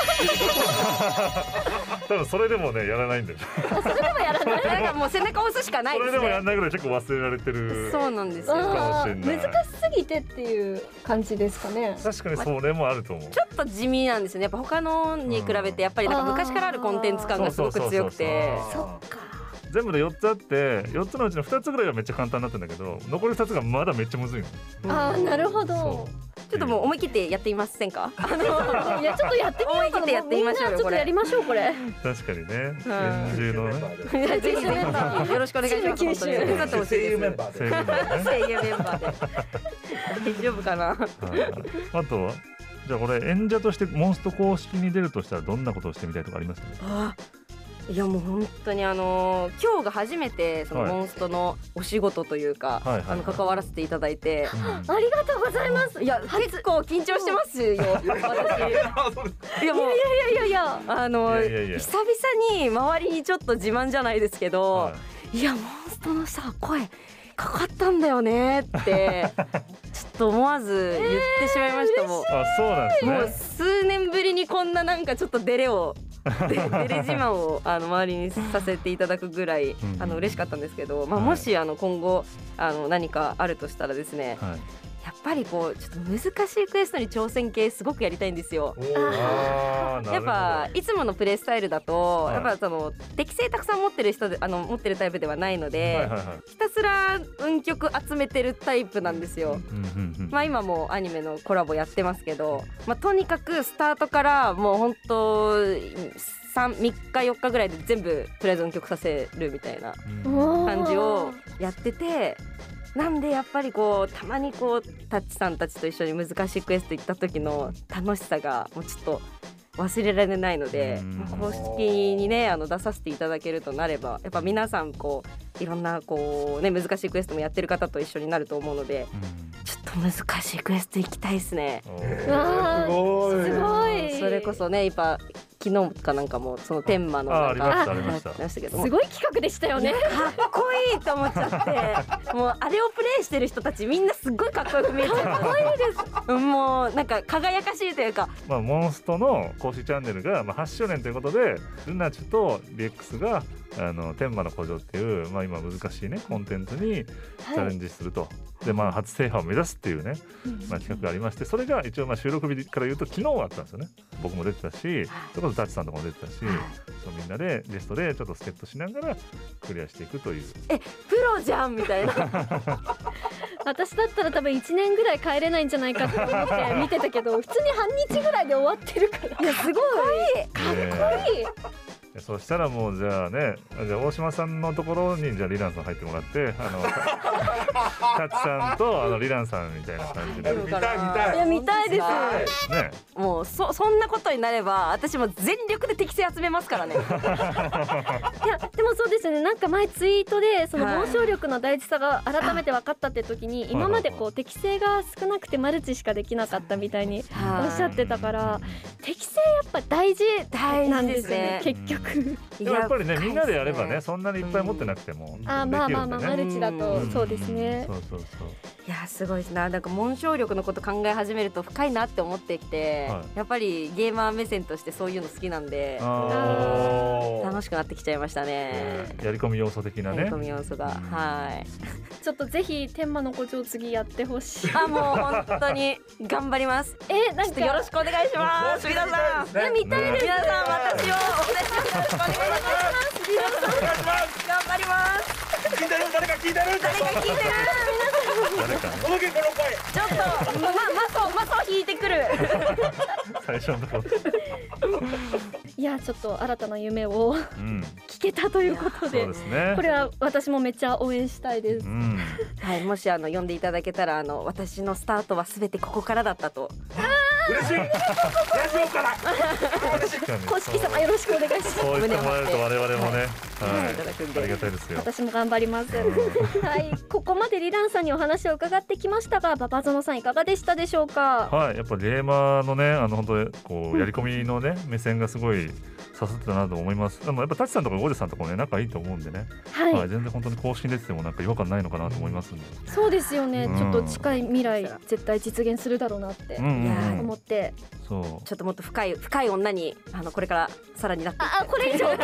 多分それでもねやらないんだよ。 それでもやらない。 なんかもう背中押すしかないですね。 それでもやらないぐらい結構忘れられてる。 そうなんですよ。 難しすぎてっていう感じですかね。 確かにそれもあると思う。 ちょっと地味なんですよね。やっぱ他のに比べてやっぱりなんか昔からあるコンテンツ感がすごく強くて。 そっか。 全部でよっつあってよっつのうちのふたつぐらいはめっちゃ簡単になってるんだけど、残りふたつがまだめっちゃむずいの。 ああ、なるほど。 ちょっともう思い切ってやってみませんか？あのいやちょっとやってみようかな。 思い切ってやってみましょうよ。 ちょっとやりましょうこれ。 確かにね。真珠のね。 ぜひぜひよろしくお願いします。 声優メンバーで。 声優メンバーで。大丈夫かな。 あとはじゃあこれ演者としてモンスト公式に出るとしたらどんなことをしてみたいとかありますか？ あ、いやもう本当にあのー、今日が初めてそのモンストのお仕事というか、はい、あの関わらせていただいて、 うん、ありがとうございます。 いや結構緊張してますよ私。いやもういやいやいやいやあのー、いやいや久々に周りにちょっと自慢じゃないですけど、はい、いやモンストのさ声かかったんだよねってちょっと思わず言ってしまいました。もう、 あ、そうなんですね。 もう数年ぶりにこんななんかちょっとデレをデレ自慢をあの周りにさせていただくぐらいあの嬉しかったんですけど、まあ、もしあの今後あの何かあるとしたらですね、はい、やっぱりこうちょっと難しいクエストに挑戦系すごくやりたいんですよ。あやっぱいつものプレイスタイルだと、はい、やっぱその適性たくさん持ってる人であの持ってるタイプではないので、はいはいはい、ひたすら運曲集めてるタイプなんですよ。まあ今もアニメのコラボやってますけど、まあ、とにかくスタートからもう本当みっかよっかぐらいで全部とりあえず運曲させるみたいな感じをやってて、なんでやっぱりこうたまにこうタッチさんたちと一緒に難しいクエスト行った時の楽しさがもうちょっと忘れられないので、公式にねあの出させていただけるとなればやっぱ皆さんこういろんなこうね難しいクエストもやってる方と一緒になると思うので、ちょっと難しいクエスト行きたいですね。 わー、すごいすごい。 それこそね今昨日かなんかもその天魔のなんかありましたけど、 すごい企画でしたよね。 かっこいいと思っちゃってもうあれをプレイしてる人たちみんなすっごいかっこよく見えちゃう。かっこいいです。もうなんか輝かしいというか、 まあ、モンストの公式チャンネルがまあはちしゅうねんということでルナチと ビーエックス があの天魔の古城っていう、まあ、今難しいねコンテンツにチャレンジすると、 でまあ初制覇を目指すっていうね、まあ、企画がありまして、それが一応まあ収録日から言うと昨日あったんですよね。僕も出てたし、それこそタッチさんとかも出てたし、そうみんなでゲストでちょっと助っ人しながらクリアしていくという。 えプロじゃんみたいな私だったら多分いちねんぐらい帰れないんじゃないかと思って見てたけど、普通に半日ぐらいで終わってるから、いやすごいかっこいい。 そしたらもうじゃあね、じゃあ大島さんのところにじゃあリランさん入ってもらって、あのタッチさんとあのリランさんみたいな感じで見たい見たい。 いや見たいですね。 もう そ, そんなことになれば私も全力で適正集めますからねいやでもそうですよね。なんか前ツイートでそのはい紋章力の大事さが改めて分かったって時に、今までこう適性が少なくてマルチしかできなかったみたいにおっしゃってたから、適性やっぱ大事なんですよね、結局。 でもやっぱりね、みんなでやればね、そんなにいっぱい持ってなくても、 あまあまあまあマルチだとそうですね。 そうそうそう。 いやすごいですな。なんか紋章力のこと考え始めると深いなって思ってきて、はい、やっぱりゲーマー目線としてそういうの好きなんで楽しくなってきちゃいましたね。 やり込み要素的なね。 やり込み要素が、はいちょっとぜひ天満の古城次やってほしい。 あもう本当に頑張ります。えなんかよろしくお願いします。皆さん、 いや見たいです。 皆さん私をお願いします。よろしくお願いします。頑張ります。 聞いてる誰か聞いてる誰か聞いてる誰か届けこの声。 ちょっとまマソマソ引いてくる最初のところいやちょっと新たな夢を聞けたということで、 そうですね、 これは私もめっちゃ応援したいです、 うんはい、もしあの呼んでいただけたらあの私のスタートはすべてここからだったと。 嬉しい。ラジオから公式様よろしくお願いします。 そう言ってもらえると我々もね、はい、 いただくんでありがたいですよ。 私も頑張りますはい、ここまでリランさんにお話を伺ってきましたが、馬場園さんいかがでしたでしょうか。 はい、やっぱゲーマーのね、あの本当にこうやり込みのね、目線がすごい刺さってたなと思います。でもやっぱタチさんとかゴジさんとかもね仲いいと思うんでね、 はい、 はい、全然本当に公式に出ててもなんか違和感ないのかなと思いますんで。 そうですよね、 うん、 ちょっと近い未来絶対実現するだろうなって思って、 うんうんうん、そうちょっともっと深い深い女にあのこれからさらになっていって、 あこれ以上これ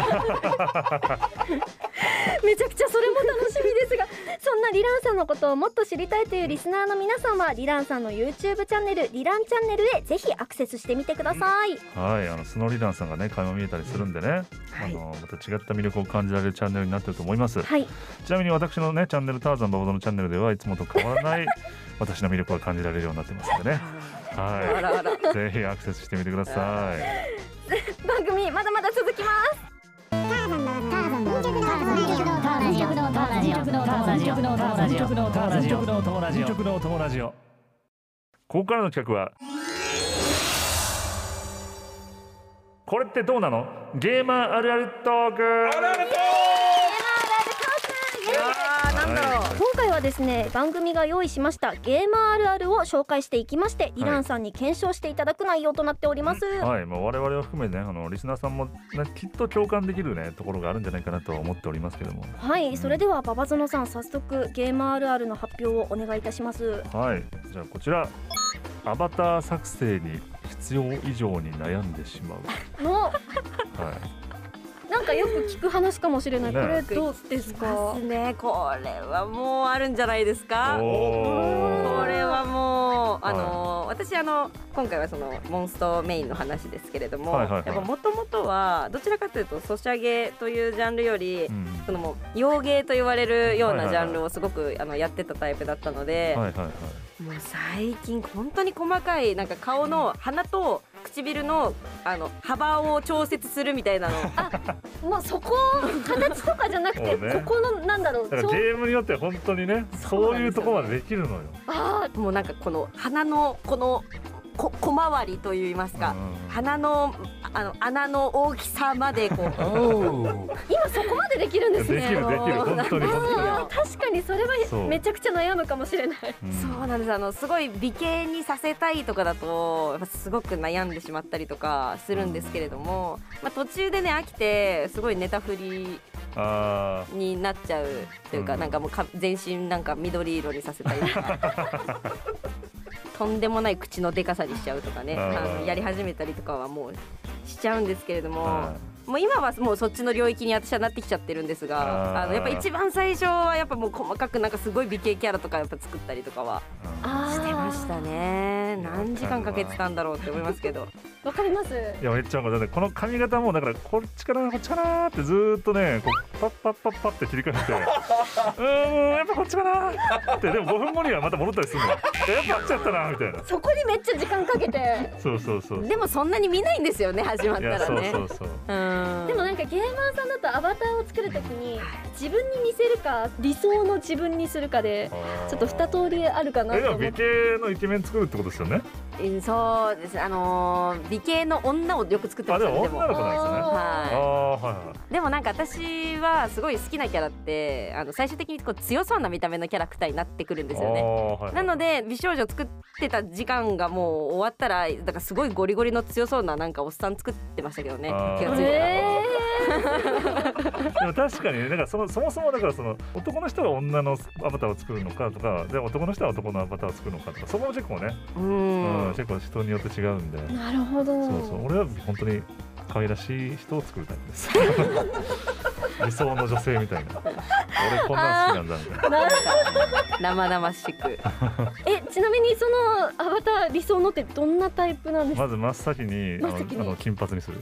めちゃくちゃそれも楽しみですが、そんなリランさんのことをもっと知りたいというリスナーの皆さんはリランさんの YouTube チャンネルリランチャンネルへぜひアクセスしてみてください。 はい、あのスノーリランさんがね垣間見えたりするんでね、 はい、 あのまた違った魅力を感じられるチャンネルになっていると思います、 はい、 ちなみに私のねチャンネルターザンババゾのチャンネルではいつもと変わらない私の魅力が感じられるようになってますのでねはい、 あらあらぜひアクセスしてみてください。 番組まだまだ続きます。 ここからの企画はこれってどうなのゲーマーあるあるトーク。 あるあるトーク。 あーなんだろう、 今回はですね番組が用意しましたゲーマーあるあるを紹介していきまして、リランさんに検証していただく内容となっております。 はい、まあ、我々を含めねあのリスナーさんも、ね、きっと共感できるねところがあるんじゃないかなとは思っておりますけども。 はい、うん、それでは馬場園さん早速ゲーマーあるあるの発表をお願いいたします。 はい、じゃあこちらアバター作成に必要以上に悩んでしまうの、 はい、 なんかよく聞く話かもしれない、 ね、 これどうですか。 ね、これはもうあるんじゃないですか。これはもうあの、はい、私あの今回はそのモンストメインの話ですけれども、やっぱもともとはどちらかというとソシャゲというジャンルより、うん、そのもう洋ゲーと言われるようなジャンルをすごくあのやってたタイプだったので、 はいはいはい、 もう最近本当に細かいなんか顔の鼻と唇のあの幅を調節するみたいなのあもうそこ形とかじゃなくて、ね、ここのなんだろう、 だからゲームによって本当にねそういうところまでできるのよ。 あもうなんかこの鼻のこのこ小回りといいますか、うん、鼻のあの穴の大きさまでこう今そこまでできるんですね。 できるできる本当に本当に確かにそれはめちゃくちゃ悩むかもしれない。 うん、そうなんです。あのすごい美形にさせたいとかだとやっぱすごく悩んでしまったりとかするんですけれども、まあ、途中でね飽きてすごいネタ振りになっちゃうというか、うん、なんかもうか全身なんか緑色にさせたりとかとんでもない口のでかさにしちゃうとかね、あのやり始めたりとかはもうしちゃうんですけれども、 もう今はもうそっちの領域に私はなってきちゃってるんですが、あのやっぱ一番最初はやっぱもう細かくなんかすごい美形キャラとかやっぱ作ったりとかはしてましたね。何時間かけてたんだろうって思いますけど。 わかります。 いやめっちゃわかる。だってこの髪型もだからこっちからこっちからってずーっとねこうパッパッパッパッって切り替えてうーんやっぱこっちかなってでもごふんごにはまた戻ったりするの。やっぱあっちやったなみたいな。 そこにめっちゃ時間かけてそうそうそう。 でもそんなに見ないんですよね始まっいやそうたらね。 そうそう。 うんでもなんかゲーマーさんだとアバターを作るときに自分に似せるか理想の自分にするかでちょっと二通りあるかなえでも美と思って形のイケメン作るってことですよね。 えそうです。あのー美形の女をよく作ってまあでもしたね。でも女の子なんですよね。あはあはいはい。 い。でもなんか私はすごい好きなキャラってあの最終的にこう強そうな見た目のキャラクターになってくるんですよね。 あーはいなので美少女作ってた時間がもう終わったらだからすごいゴリゴリの強そうななんかおっさん作ってましたけどね。 あー気がついたら。 えでも確かにねなんかそのそもそもだからその男の人は女のアバターを作るのかとかで男の人は男のアバターを作るのかとかそこも結構ね、 ううんん。 結構人によって違うんで。 ー、なるほど。 そうそう俺は本当に可愛らしい人を作るタイプです理想の女性みたいな俺こんなん好きなんだみたいな。 生々しく。 えちなみにそのアバター理想のってどんなタイプなんですか。 まず真っ先にあの真っ先にあの金髪にする。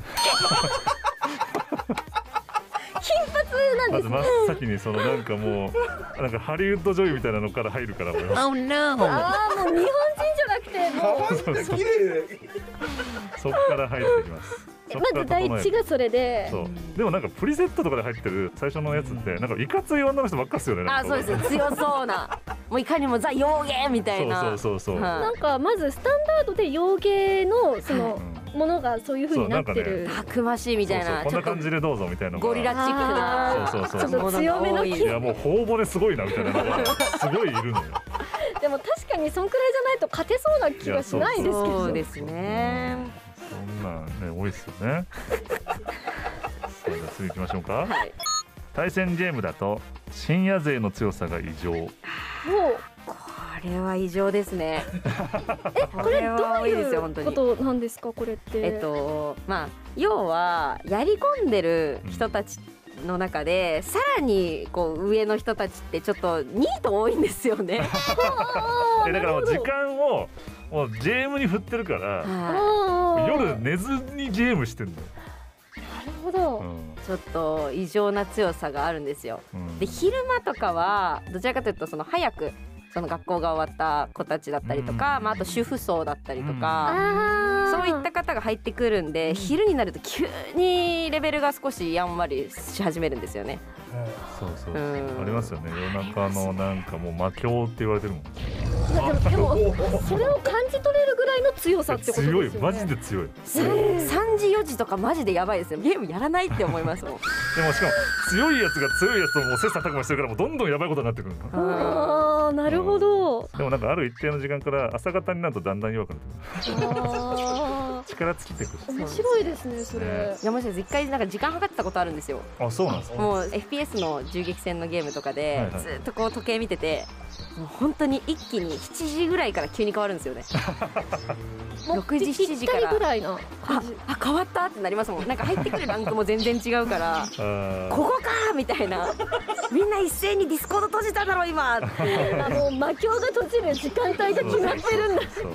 金髪なんですね。 まず真っ先にそのなんかもうなんかハリウッド女優みたいなのから入るから俺は。 Oh no。 ああもう日本人じゃなくてもうそうそう綺麗そっから入ってきます。そっからまず第整える一がそれで。 そうでもなんかプリセットとかで入ってる最初のやつってなんかいかつい女の人ばっかっすよね。 あ、そうです。強そうな。もういかにもザ妖艶みたいな。 そうそうそうそう。 はいなんかまずスタンダードで洋芸のそのうんものがそういう風になってる。 たくましいみたいな。 そうそうこんなちょっと感じでどうぞみたいなのがゴリラチックな。 そうそうそうちょっと強めのい金。 やもう頬骨すごいなみたいなのがすごいいるのよ。 でも確かにそんくらいじゃないと勝てそうな気がしないですけど。 そうですね。 そんなんね多いっすよね。さあじゃあ次行きましょうか。 はい。 対戦ゲームだと深夜勢の強さが異常。 もうこれは異常ですね。 えこれどう多いですよいう本当に。 ことなんですかこれって。 えっとまあ要はやり込んでる人たちの中でさらにこう上の人たちってちょっとニート多いんですよね。 えだからもう時間をもうゲームに振ってるからはあー夜寝ずにゲームしてんのよ。 なるほど。 うんい。ちょっと異常な強さがあるんですよ。 うんで昼間とかはどちらかというとその早くその学校が終わった子たちだったりとか、 うんまあ、あと主婦層だったりとか、 あーそういった方が入ってくるんで昼になると急にレベルが少しやんわりし始めるんですよね。 そうそうそううんありますよね。夜中のなんかもう魔境って言われてるもん。 いやでもでもそれを感じ取れるぐらいの強さってことですよね。 強いマジで強い。 さんさんじよじとかマジでやばいですね。ゲームやらないって思いますもん。 でもしかも強いやつが強いやつともう切磋琢磨してるからもうどんどんやばいことになってくるの。 ああなるほど。 でもなんかある一定の時間から朝方になるとだんだん弱くなってくる。 あ力尽きてくる。 ー面白いですねそれ。 ねいやもし一回なんか時間計ってたことあるんですよ。 あそうなんですか。 もう エフピーエス の銃撃戦のゲームとかで、 はいはいずっとこう時計見ててもう本当に一気にしちじぐらいから急に変わるんですよね。 もうろくじしちじからぴったりぐらいなあ感じ。 あ変わったってなりますもん。なんか入ってくるランクも全然違うからあーここかみたいな。みんな一斉にディスコード閉じただろ今っていう。 あもう魔境が閉じる時間帯が決まってるんだ。 そう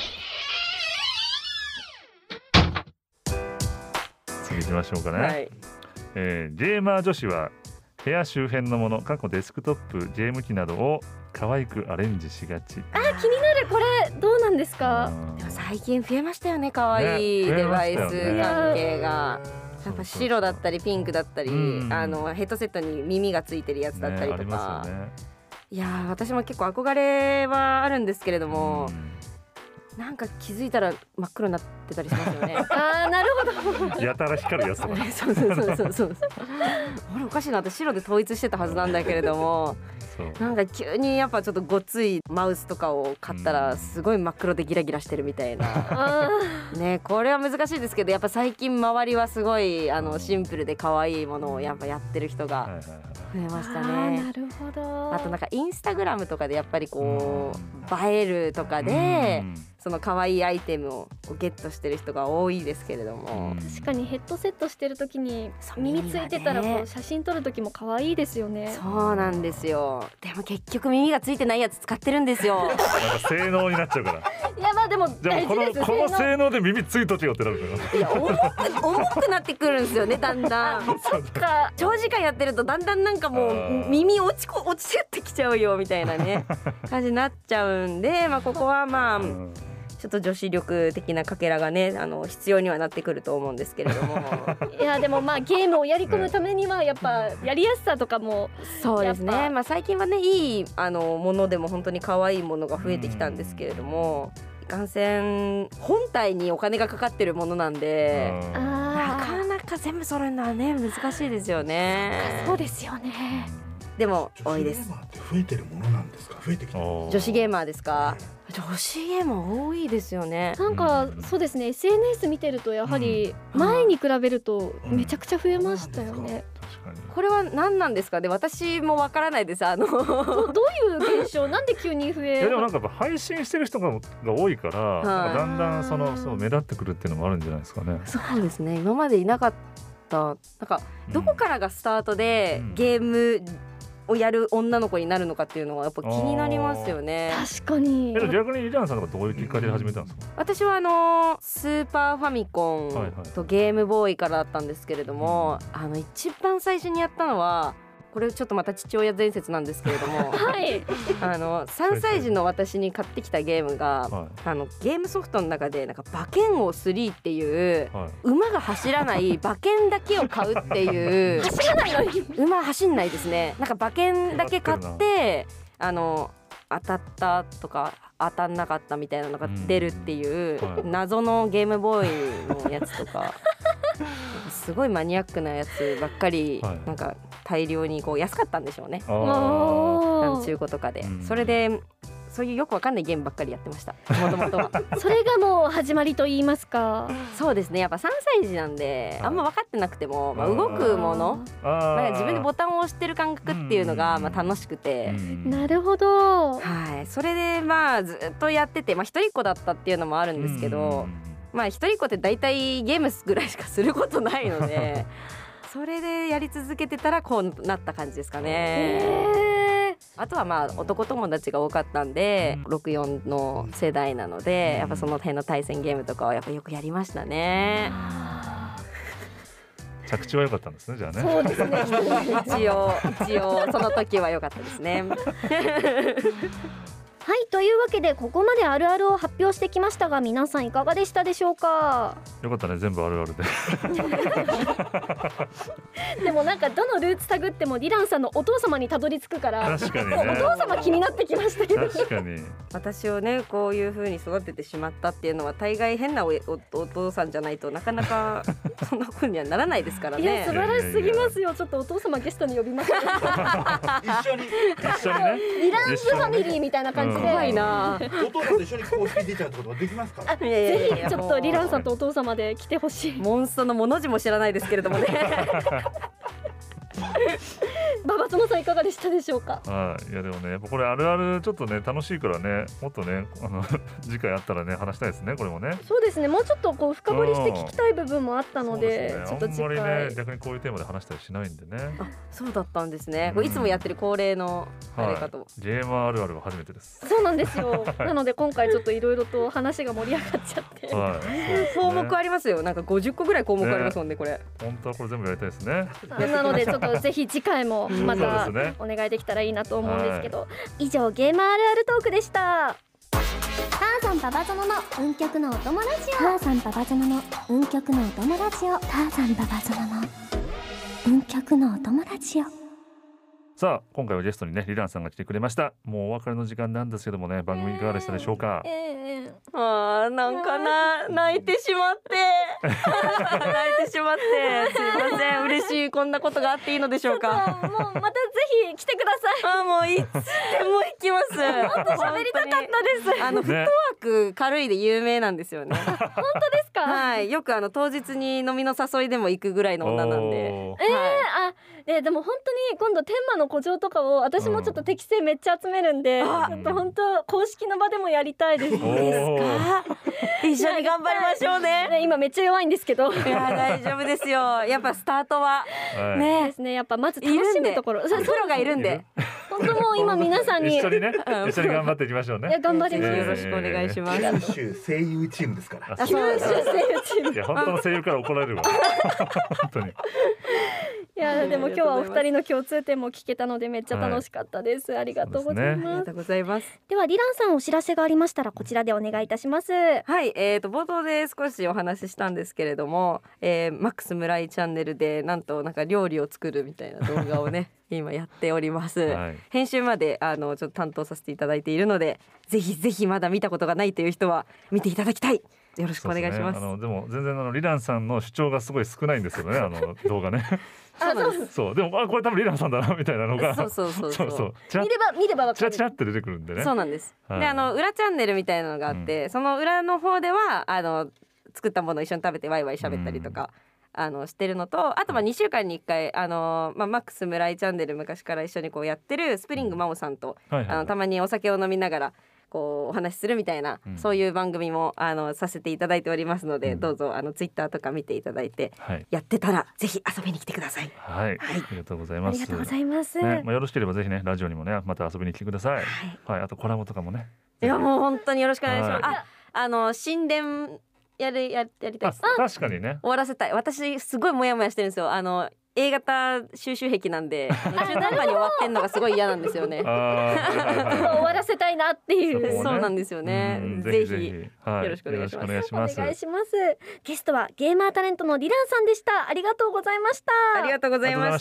次行きましょうかね。 はい。 えーゲーマー女子は部屋周辺のもの過去デスクトップゲーム機などを可愛くアレンジしがち。 あ気になるこれどうなんですか。 うんでも最近増えましたよね可愛いねデバイス増えましたよね関係が。やっぱ白だったりピンクだったり、 うんあのヘッドセットに耳がついてるやつだったりとねありか、 ますよね。 いやー私も結構憧れはあるんですけれども、 うんなんか気づいたら真っ黒になってたりしますよね。 あーなるほど。 やたら光るやつとかね。 そうそうそうそうそう。あれおかしいなって白で統一してたはずなんだけれども、 そうなんか急にやっぱちょっとごついマウスとかを買ったらすごい真っ黒でギラギラしてるみたいな。 あね、これは難しいですけどやっぱ最近周りはすごいあのシンプルで可愛いものをやっぱやってる人がはいはいはい増えましたあーね。 なるほど。 あとなんかインスタグラムとかでやっぱりこう映えるとかでうんその可愛いアイテムをゲットしてる人が多いですけれども、 確かにヘッドセットしてる時に耳ついてたらこう写真撮る時も可愛いですよね。 そうなんですよ。でも結局耳がついてないやつ使ってるんですよ。 なんか性能になっちゃうから。 いやまあでもでもこの大事です。 この性能で耳ついとけよってなるから。 いや重く重くなってくるんですよね、だんだん。 そっか。 長時間やってるとだんだんなんかもう耳落ちこ落ちてきちゃうよみたいなね感じになっちゃうんで、まあここはまあ。ちょっと女子力的なかけらがねあの必要にはなってくると思うんですけれどもいやでもまあゲームをやり込むためにはやっぱやりやすさとかもそうですね。まあ最近はねいいあのものでも本当に可愛いものが増えてきたんですけれども、いかんせん本体にお金がかかってるものなんでなかなか全部揃えるのはね難しいですよね。 そうですよね。 でも多いです。 女子ゲーマーって増えてるものなんですか？増えてきてる。 女子ゲーマーですか？女子ゲーマー多いですよね。 なんかそうですね、 エスエヌエス 見てるとやはり前に比べるとめちゃくちゃ増えましたよね。 これは何なんですかね。私もわからないです。あのど, どういう現象、なんで急に増え。 いやでもなんかやっぱ配信してる人がが多いから、はあ、だんだんそのそう目立ってくるっていうのもあるんじゃないですかね。 そうですね。今までいなかったなんかどこからがスタートでゲームをやる女の子になるのかっていうのはやっぱ気になりますよね。 確かに。 え逆にリランさんがどういうきっかけで始めたんですか？ 私はあのスーパーファミコンとゲームボーイからだったんですけれども、はいはい、あの一番最初にやったのはこれちょっとまた父親伝説なんですけれども、はい、あのさんさい児の私に買ってきたゲームが、はい、あのゲームソフトの中でなんか馬券王スリーっていう、はい、馬が走らない馬券だけを買うっていう走らないのに馬走んないですね。なんか馬券だけ買ってあの当たったとか当たんなかったみたいなのが出るっていう謎のゲームボーイのやつとかすごいマニアックなやつばっかりなんか大量にこう安かったんでしょうね。なん中古とかで、それでそういうよくわかんないゲームばっかりやってました。もともとはそれがもう始まりと言いますか。 そうですね。やっぱさんさい児なんであんま分かってなくても、まあ、動くものなんか自分でボタンを押してる感覚っていうのがまあ楽しくて、 なるほど、 はい、それでまあずっとやってて、まあ、一人っ子だったっていうのもあるんですけど、まあ一人っ子って大体ゲームぐらいしかすることないのでそれでやり続けてたらこうなった感じですかね。あとはまあ男友達が多かったんでろくじゅうよんの世代なのでやっぱその辺の対戦ゲームとかはやっぱよくやりましたね。 着地は良かったんですね。じゃあね。 そうですね一応一応その時は良かったですねはい、というわけでここまであるあるを発表してきましたが、皆さんいかがでしたでしょうか？ よかったね、全部あるあるででもなんかどのルーツタグってもディランさんのお父様にたどり着くから、 確かにね、 お父様気になってきましたけど確かに私をねこういう風に育ててしまったっていうのは大概変な お, お, お父さんじゃないとなかなかそんな風にはならないですからね。 いや素晴らしすぎますよ。ちょっとお父様ゲストに呼びます一緒に一緒にねディランスファミリーみたいな感じで、 怖いな。 お父さんと一緒に公式出ちゃうってことができますか？ ぜひちょっとリランさんとお父様で来てほしい。 モンストのもの字も知らないですけれどもね馬場園さんいかがでしたでしょうか？ はい、いやでもねやっぱこれあるあるちょっとね楽しいからね、もっとねあの次回あったらね話したいですね。これもねそうですね、もうちょっとこう深掘りして聞きたい部分もあったので、 うん、 ちょっと次回あんまりね逆にこういうテーマで話したりしないんでね。 あ、そうだったんですね、うん、いつもやってる恒例のあれかと、 はい、ゲーマーあるあるは初めてです。 そうなんですよなので今回ちょっといろいろと話が盛り上がっちゃって、はいね、項目ありますよ。なんかごじゅっこぐらい項目ありますもんね、これ本当はこれ全部やりたいですねなのでちょっとぜひ次回もまたお願いできたらいいなと思うんですけど、はい、以上ゲーマーあるあるトークでした。 ターザンババゾノの運極のお友ラジオ。ターザンババゾノの運極のお友ラジオ。ターザンババゾノの運極のお友ラジオ。 さあ今回はゲストにねリランさんが来てくれました。もうお別れの時間なんですけどもね、番組いかがでしたでしょうか？ えーえー、 あーなんかな泣いてしまって泣いてしまってすいません。嬉しい、こんなことがあっていいのでしょうか？ もうまたぜひ来てください。 あもういつでも行きます。 もっと喋りたかったです。 あの、ね、フットワく軽いで有名なんですよね。 本当ですか？ はい、よくあの当日に飲みの誘いでも行くぐらいの女なんで。 えー、あ、ででも本当に今度天満の古城とかを私もちょっと適正めっちゃ集めるんで、うん、ちょっと本当公式の場でもやりたいです。 いいですか？一緒に頑張りましょうね。 ね、今めっちゃ弱いんですけど。 いや大丈夫ですよ。やっぱスタートは、はい、ねですね。やっぱまず楽しむところ、 プロがいるんで。 本当もう今皆さんに一緒にね、一緒に頑張っていきましょうね。 いや頑張ります。 よろしくお願いします。 九州声優チームですから。 あ、そうです。声優チーム。 いや本当の声優から怒られるわ。本当に。 いやでも今日はお二人の共通点も聞けたのでめっちゃ楽しかったです。はい、ありがとうございます。 ありがとうございます。 ではリランさんお知らせがありましたらこちらでお願いいたします。 はい、えーと冒頭で少しお話ししたんですけれども、えー、マックス村井チャンネルでなんとなんか料理を作るみたいな動画をね今やっております。はい、編集まであのちょっと担当させていただいているので、ぜひぜひまだ見たことがないという人は見ていただきたい。よろしくお願いします。 そうですね、あのでも全然あのリランさんの主張がすごい少ないんですよね、あの動画ね。 そうなんです。 そうでもあこれ多分リランさんだなみたいなのがそうそうそうそうそう見れば見ればわかる。 チラチラって出てくるんでね。 そうなんです。 はい、 であの裏チャンネルみたいなのがあって、うん、その裏の方ではあの作ったものを一緒に食べてワイワイ喋ったりとか。うん、あのしてるのと、あとはにしゅうかんにいっかいあの、まあ、マックス村井チャンネル昔から一緒にこうやってるスプリングマオさんと、はいはいはい、あのたまにお酒を飲みながらこうお話しするみたいな、うん、そういう番組もあのさせていただいておりますので、うん、どうぞあのツイッターとか見ていただいて、はい、やってたらぜひ遊びに来てください。 はい、はい、ありがとうございます。 ありがとうございます。 ね、まあ、よろしければぜひねラジオにもねまた遊びに来てください。はい、はい、あとコラボとかもね。 いやもう本当によろしくお願いします。はい、あ、あの神殿やるややりたいです。 確かにね。 終わらせたい。私すごいモヤモヤしてるんですよ。あの A 型収集癖なんで中途半端に終わってんのがすごい嫌なんですよね。 終わらせたいなっていう。 そ, う、ね、そうなんですよね。ぜひ、ぜひ、はい、よろしくお願いします。お願いします。 お願いします。ゲストはゲーマータレントのリランさんでした。ありがとうございました。 ありがとうございました。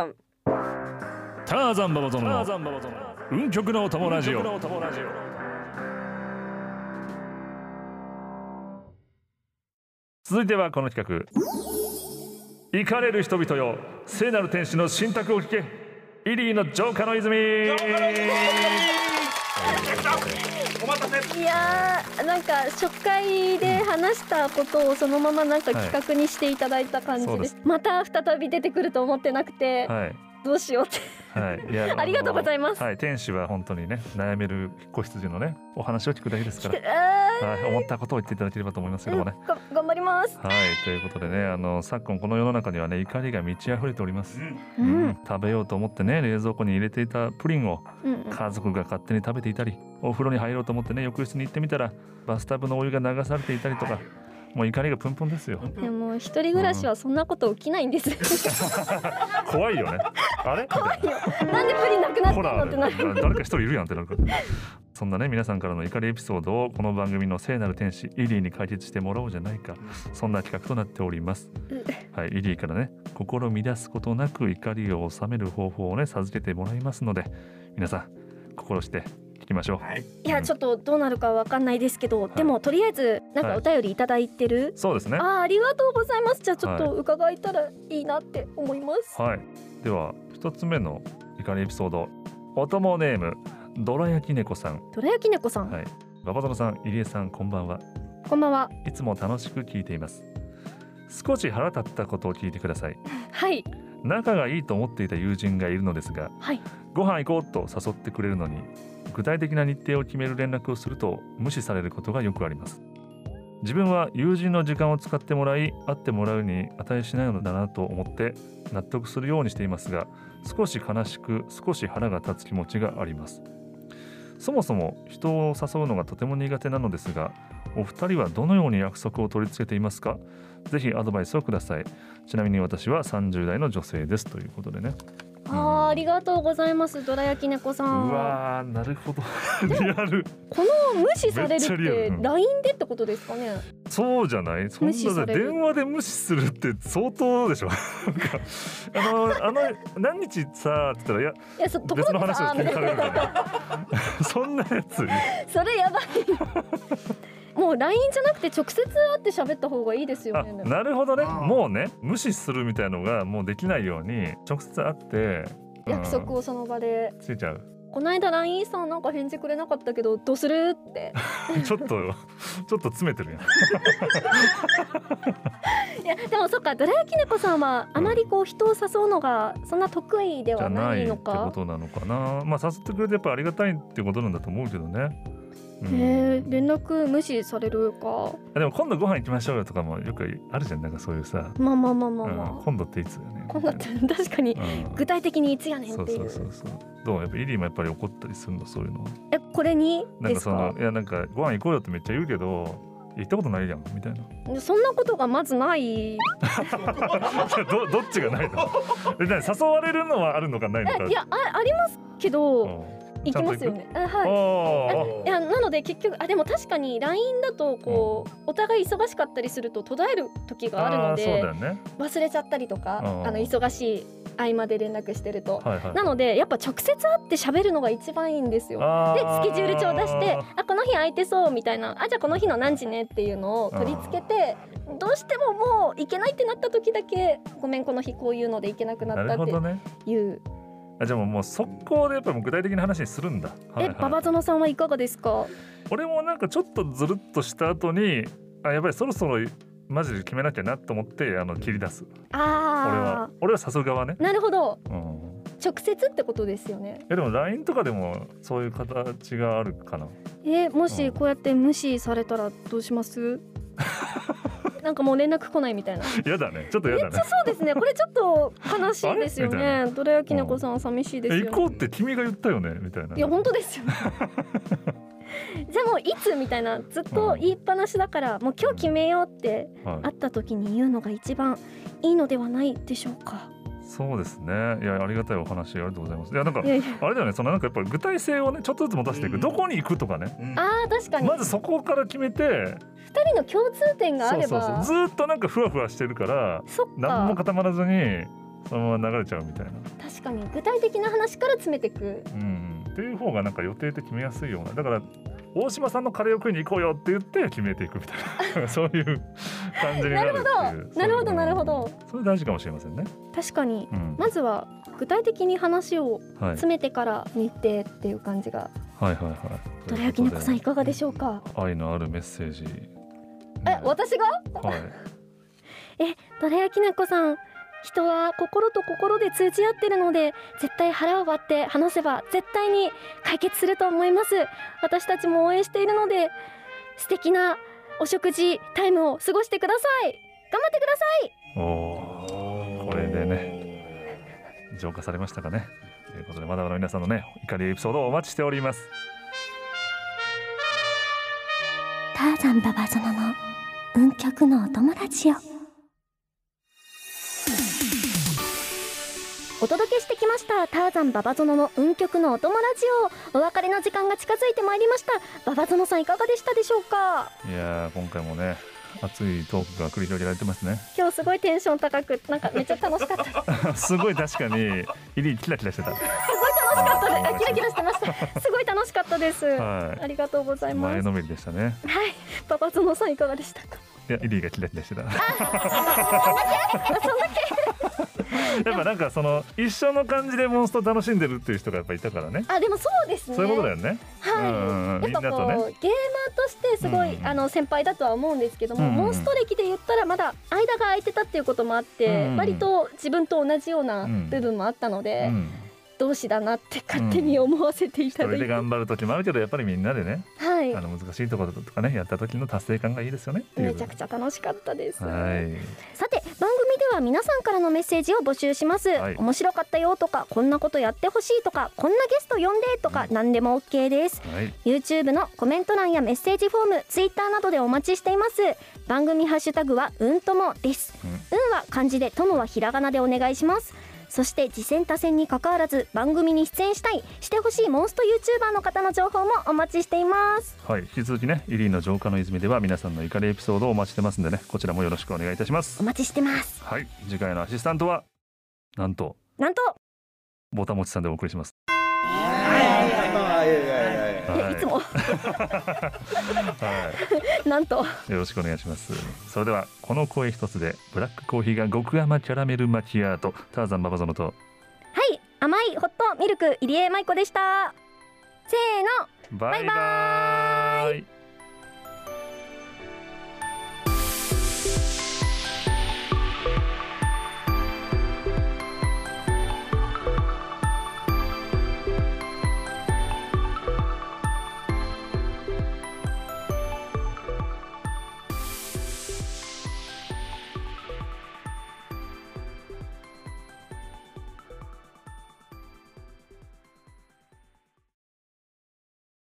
ターザンババゾノの運極の友ラジオ。続いてはこの企画、怒れる人々よ聖なる天使の神託を聞け、イリーの浄化の泉。 お待たせ。 いやーなんか初回で話したことをそのままなんか企画にしていただいた感じです。はい、また再び出てくると思ってなくて、はい、どうしようって。はい、いやありがとうございます。 はい、天使は本当にね悩める子羊のねお話を聞くだけですから、はい、思ったことを言っていただければと思いますけどもね。 うん、が頑張ります。 はい、ということでね、あの昨今この世の中にはね怒りが満ち溢れております。うんうん、食べようと思ってね冷蔵庫に入れていたプリンを家族が勝手に食べていたり、お風呂に入ろうと思ってね浴室に行ってみたらバスタブのお湯が流されていたりとか。もう怒りがプンプンですよ。 でも一人暮らしはそんなこと起きないんです。うん、 怖いよね。あれ？ 怖いよ。なんでプリンなくなったのってなる。 誰か一人いるやんってなるから。そんなね皆さんからの怒りエピソードをこの番組の聖なる天使イリーに解決してもらおうじゃないか、そんな企画となっております。はい、イリーからね心乱すことなく怒りを収める方法をね授けてもらいますので、皆さん心して聞きましょう。はい、 いやちょっとどうなるかわかんないですけど、はい、でもとりあえずなんかお便りいただいてる、はい、 そうですね。 あ、ありがとうございます。じゃあちょっと伺えたらいいなって思います。 はい、では一つ目の怒りエピソード、おともネームどら焼き猫さん。 どら焼き猫さん。 はい、ババゾノさん、入江さん、こんばんは。 こんばんは。 いつも楽しく聞いています。少し腹立ったことを聞いてください。 はい。 仲がいいと思っていた友人がいるのですが、はい、ご飯行こうと誘ってくれるのに具体的な日程を決める連絡をすると無視されることがよくあります。自分は友人の時間を使ってもらい会ってもらうに値しないのだなと思って納得するようにしていますが、少し悲しく少し腹が立つ気持ちがあります。そもそも人を誘うのがとても苦手なのですが、お二人はどのように約束を取り付けていますか？ぜひアドバイスをください。ちなみに私はさんじゅう代の女性です、ということでね。 あ、うん、ありがとうございます、どら焼き猫さん。 うわー、なるほど。リアル。 この無視されるって ライン でってことですかね。 そうじゃない？そんな電話で無視するって相当でしょ。なんかあのあの何日さって言ったら、いや、いやそ別の話を聞かれるから。そんなやつ。 それやばい。もう ライン じゃなくて直接会って喋った方がいいですよね。 なるほどね。もうね無視するみたいのがもうできないように直接会って、 うん、約束をその場でついちゃう。 この間 ライン さんなんか返事くれなかったけどどうするってちょっとちょっと詰めてるやんいやでもそっか、どら焼き猫さんはあまりこう人を誘うのがそんな得意ではないのか。 じゃないってことなのかな。まあ誘ってくれてやっぱありがたいってことなんだと思うけどね。うん、 へえ、連絡無視されるか。 でも今度ご飯行きましょうよとかもよくあるじゃん、なんかそういうさ。 まあまあまあまあまあ、 うん、今度っていつよね。 今度って確かに、うん、具体的にいつやねんっていう。 そうそうそうそう。どうやっぱイリーもやっぱり怒ったりするの、そういうの。 え、これになんかそのいやなんかご飯行こうよってめっちゃ言うけど行ったことないやんみたいな。 そんなことがまずないど, どっちがないのえ、誘われるのはあるのかないのか。 いや あ, ありますけど、うん、行きますよね。あ、はい。いやなので結局あでも確かに ライン だとこう、うん、お互い忙しかったりすると途絶える時があるので、 そうだよね、 忘れちゃったりとか、あの忙しい合間で連絡してると、 はいはい、 なのでやっぱ直接会って喋るのが一番いいんですよ。でスケジュール帳出してあこの日空いてそうみたいな、あじゃあこの日の何時ねっていうのを取り付けて、どうしてももう行けないってなった時だけごめんこの日こういうので行けなくなったっていう。 あじゃあもう速攻でやっぱり具体的な話にするんだ。 え、馬場園さんはいかがですか。 俺もなんかちょっとずるっとした後にあやっぱりそろそろマジで決めなきゃなと思ってあの切り出す。 あ俺は俺は誘う側ね。 なるほど、 うん、 直接ってことですよね。 えでも ライン とかでもそういう形があるかな。 えもしこうやって無視されたらどうします？なんかもう連絡来ないみたいな。 やだね、ちょっとやだね。 めっちゃそうですね。これちょっと悲しいですよね。どら焼き猫さん寂しいですよね。 行こうって君が言ったよねみたいな。 いや本当ですよね。じゃあもういつみたいなずっと言いっぱなしだから、うん、もう今日決めようって会った時に言うのが一番いいのではないでしょうか。 そうですね。いやありがたいお話ありがとうございます。いやなんかいやいやあれだよね、そのなんかやっぱり具体性をねちょっとずつ持たせていく、うん、どこに行くとかね、 うん、あー確かにまずそこから決めてふたりの共通点があれば、 そうそうそうずっとなんかふわふわしてるから何も固まらずにそのまま流れちゃうみたいな。 確かに具体的な話から詰めていく、 うん、っていう方がなんか予定って決めやすいような。だから大島さんのカレーを食いに行こうよって言って決めていくみたいなそういう感じになるっていう。 なるほどなるほど。 それ大事かもしれませんね。 確かに、うん、まずは具体的に話を詰めてから日程っていう感じが、 はい、はいはいはい。 どら焼き猫さんいかがでしょうか。 愛のあるメッセージ、 え私がはいえどら焼き猫さん、人は心と心で通じ合ってるので絶対腹を割って話せば絶対に解決すると思います。私たちも応援しているので素敵なお食事タイムを過ごしてください。頑張ってください。 おーこれでね浄化されましたかね。ということでまだまだ皆さんのね怒りエピソードをお待ちしております。 ターザンババゾノの運極のお友達よ。 お届けしてきましたターザンババゾノの運極のお友達を。お別れの時間が近づいてまいりました。ババゾノさんいかがでしたでしょうか。 いやー今回もね熱いトークが繰り広げられてますね。 今日すごいテンション高くなんかめっちゃ楽しかったすごい確かにイリーキラキラしてた。すごい楽しかったです。キラキラしてましたすごい楽しかったです、はい、ありがとうございます。 前のめりでしたね。 はい、ババゾノさんいかがでしたか。 いやイリーがキラキラしてた。 そんだけそんだけやっぱなんかその一緒の感じでモンスト楽しんでるっていう人がやっぱいたからね。 あでもそうですね。 そういうことだよね。 はい、うんうん、やっぱこう、ね、ゲーマーとしてすごい、うん、あの先輩だとは思うんですけども、うんうん、モンスト歴で言ったらまだ間が空いてたっていうこともあって、うんうん、割と自分と同じような部分もあったので、うんうん、同志だなって勝手に思わせていただいて、 うん、一人で頑張る時もあるけどやっぱりみんなでね、 はい、 あの難しいところとかねやった時の達成感がいいですよねっていう。 めちゃくちゃ楽しかったです、 はい、 さて番組では皆さんからのメッセージを募集します、はい、面白かったよとかこんなことやってほしいとかこんなゲスト呼んでとか、うん、何でも OK です、はい、YouTube のコメント欄やメッセージフォーム Twitter などでお待ちしています。番組ハッシュタグはうんともです、うん、うんは漢字でともはひらがなでお願いします。そして次戦多戦に関わらず番組に出演したいしてほしいモンスト YouTuber の方の情報もお待ちしています。 はい、引き続きねイリーの浄化の泉では皆さんの怒りエピソードをお待ちしてますんでね、こちらもよろしくお願いいたします。 お待ちしてます。 はい、次回のアシスタントはなんとなんとぼたもちさんでお送りします。 いつもなんとよろしくお願いします。それではこの声一つでブラックコーヒーが極甘キャラメルマキアートターザンババゾノと、 はい甘いホットミルク入江舞子でした。 せーのバイバーイ。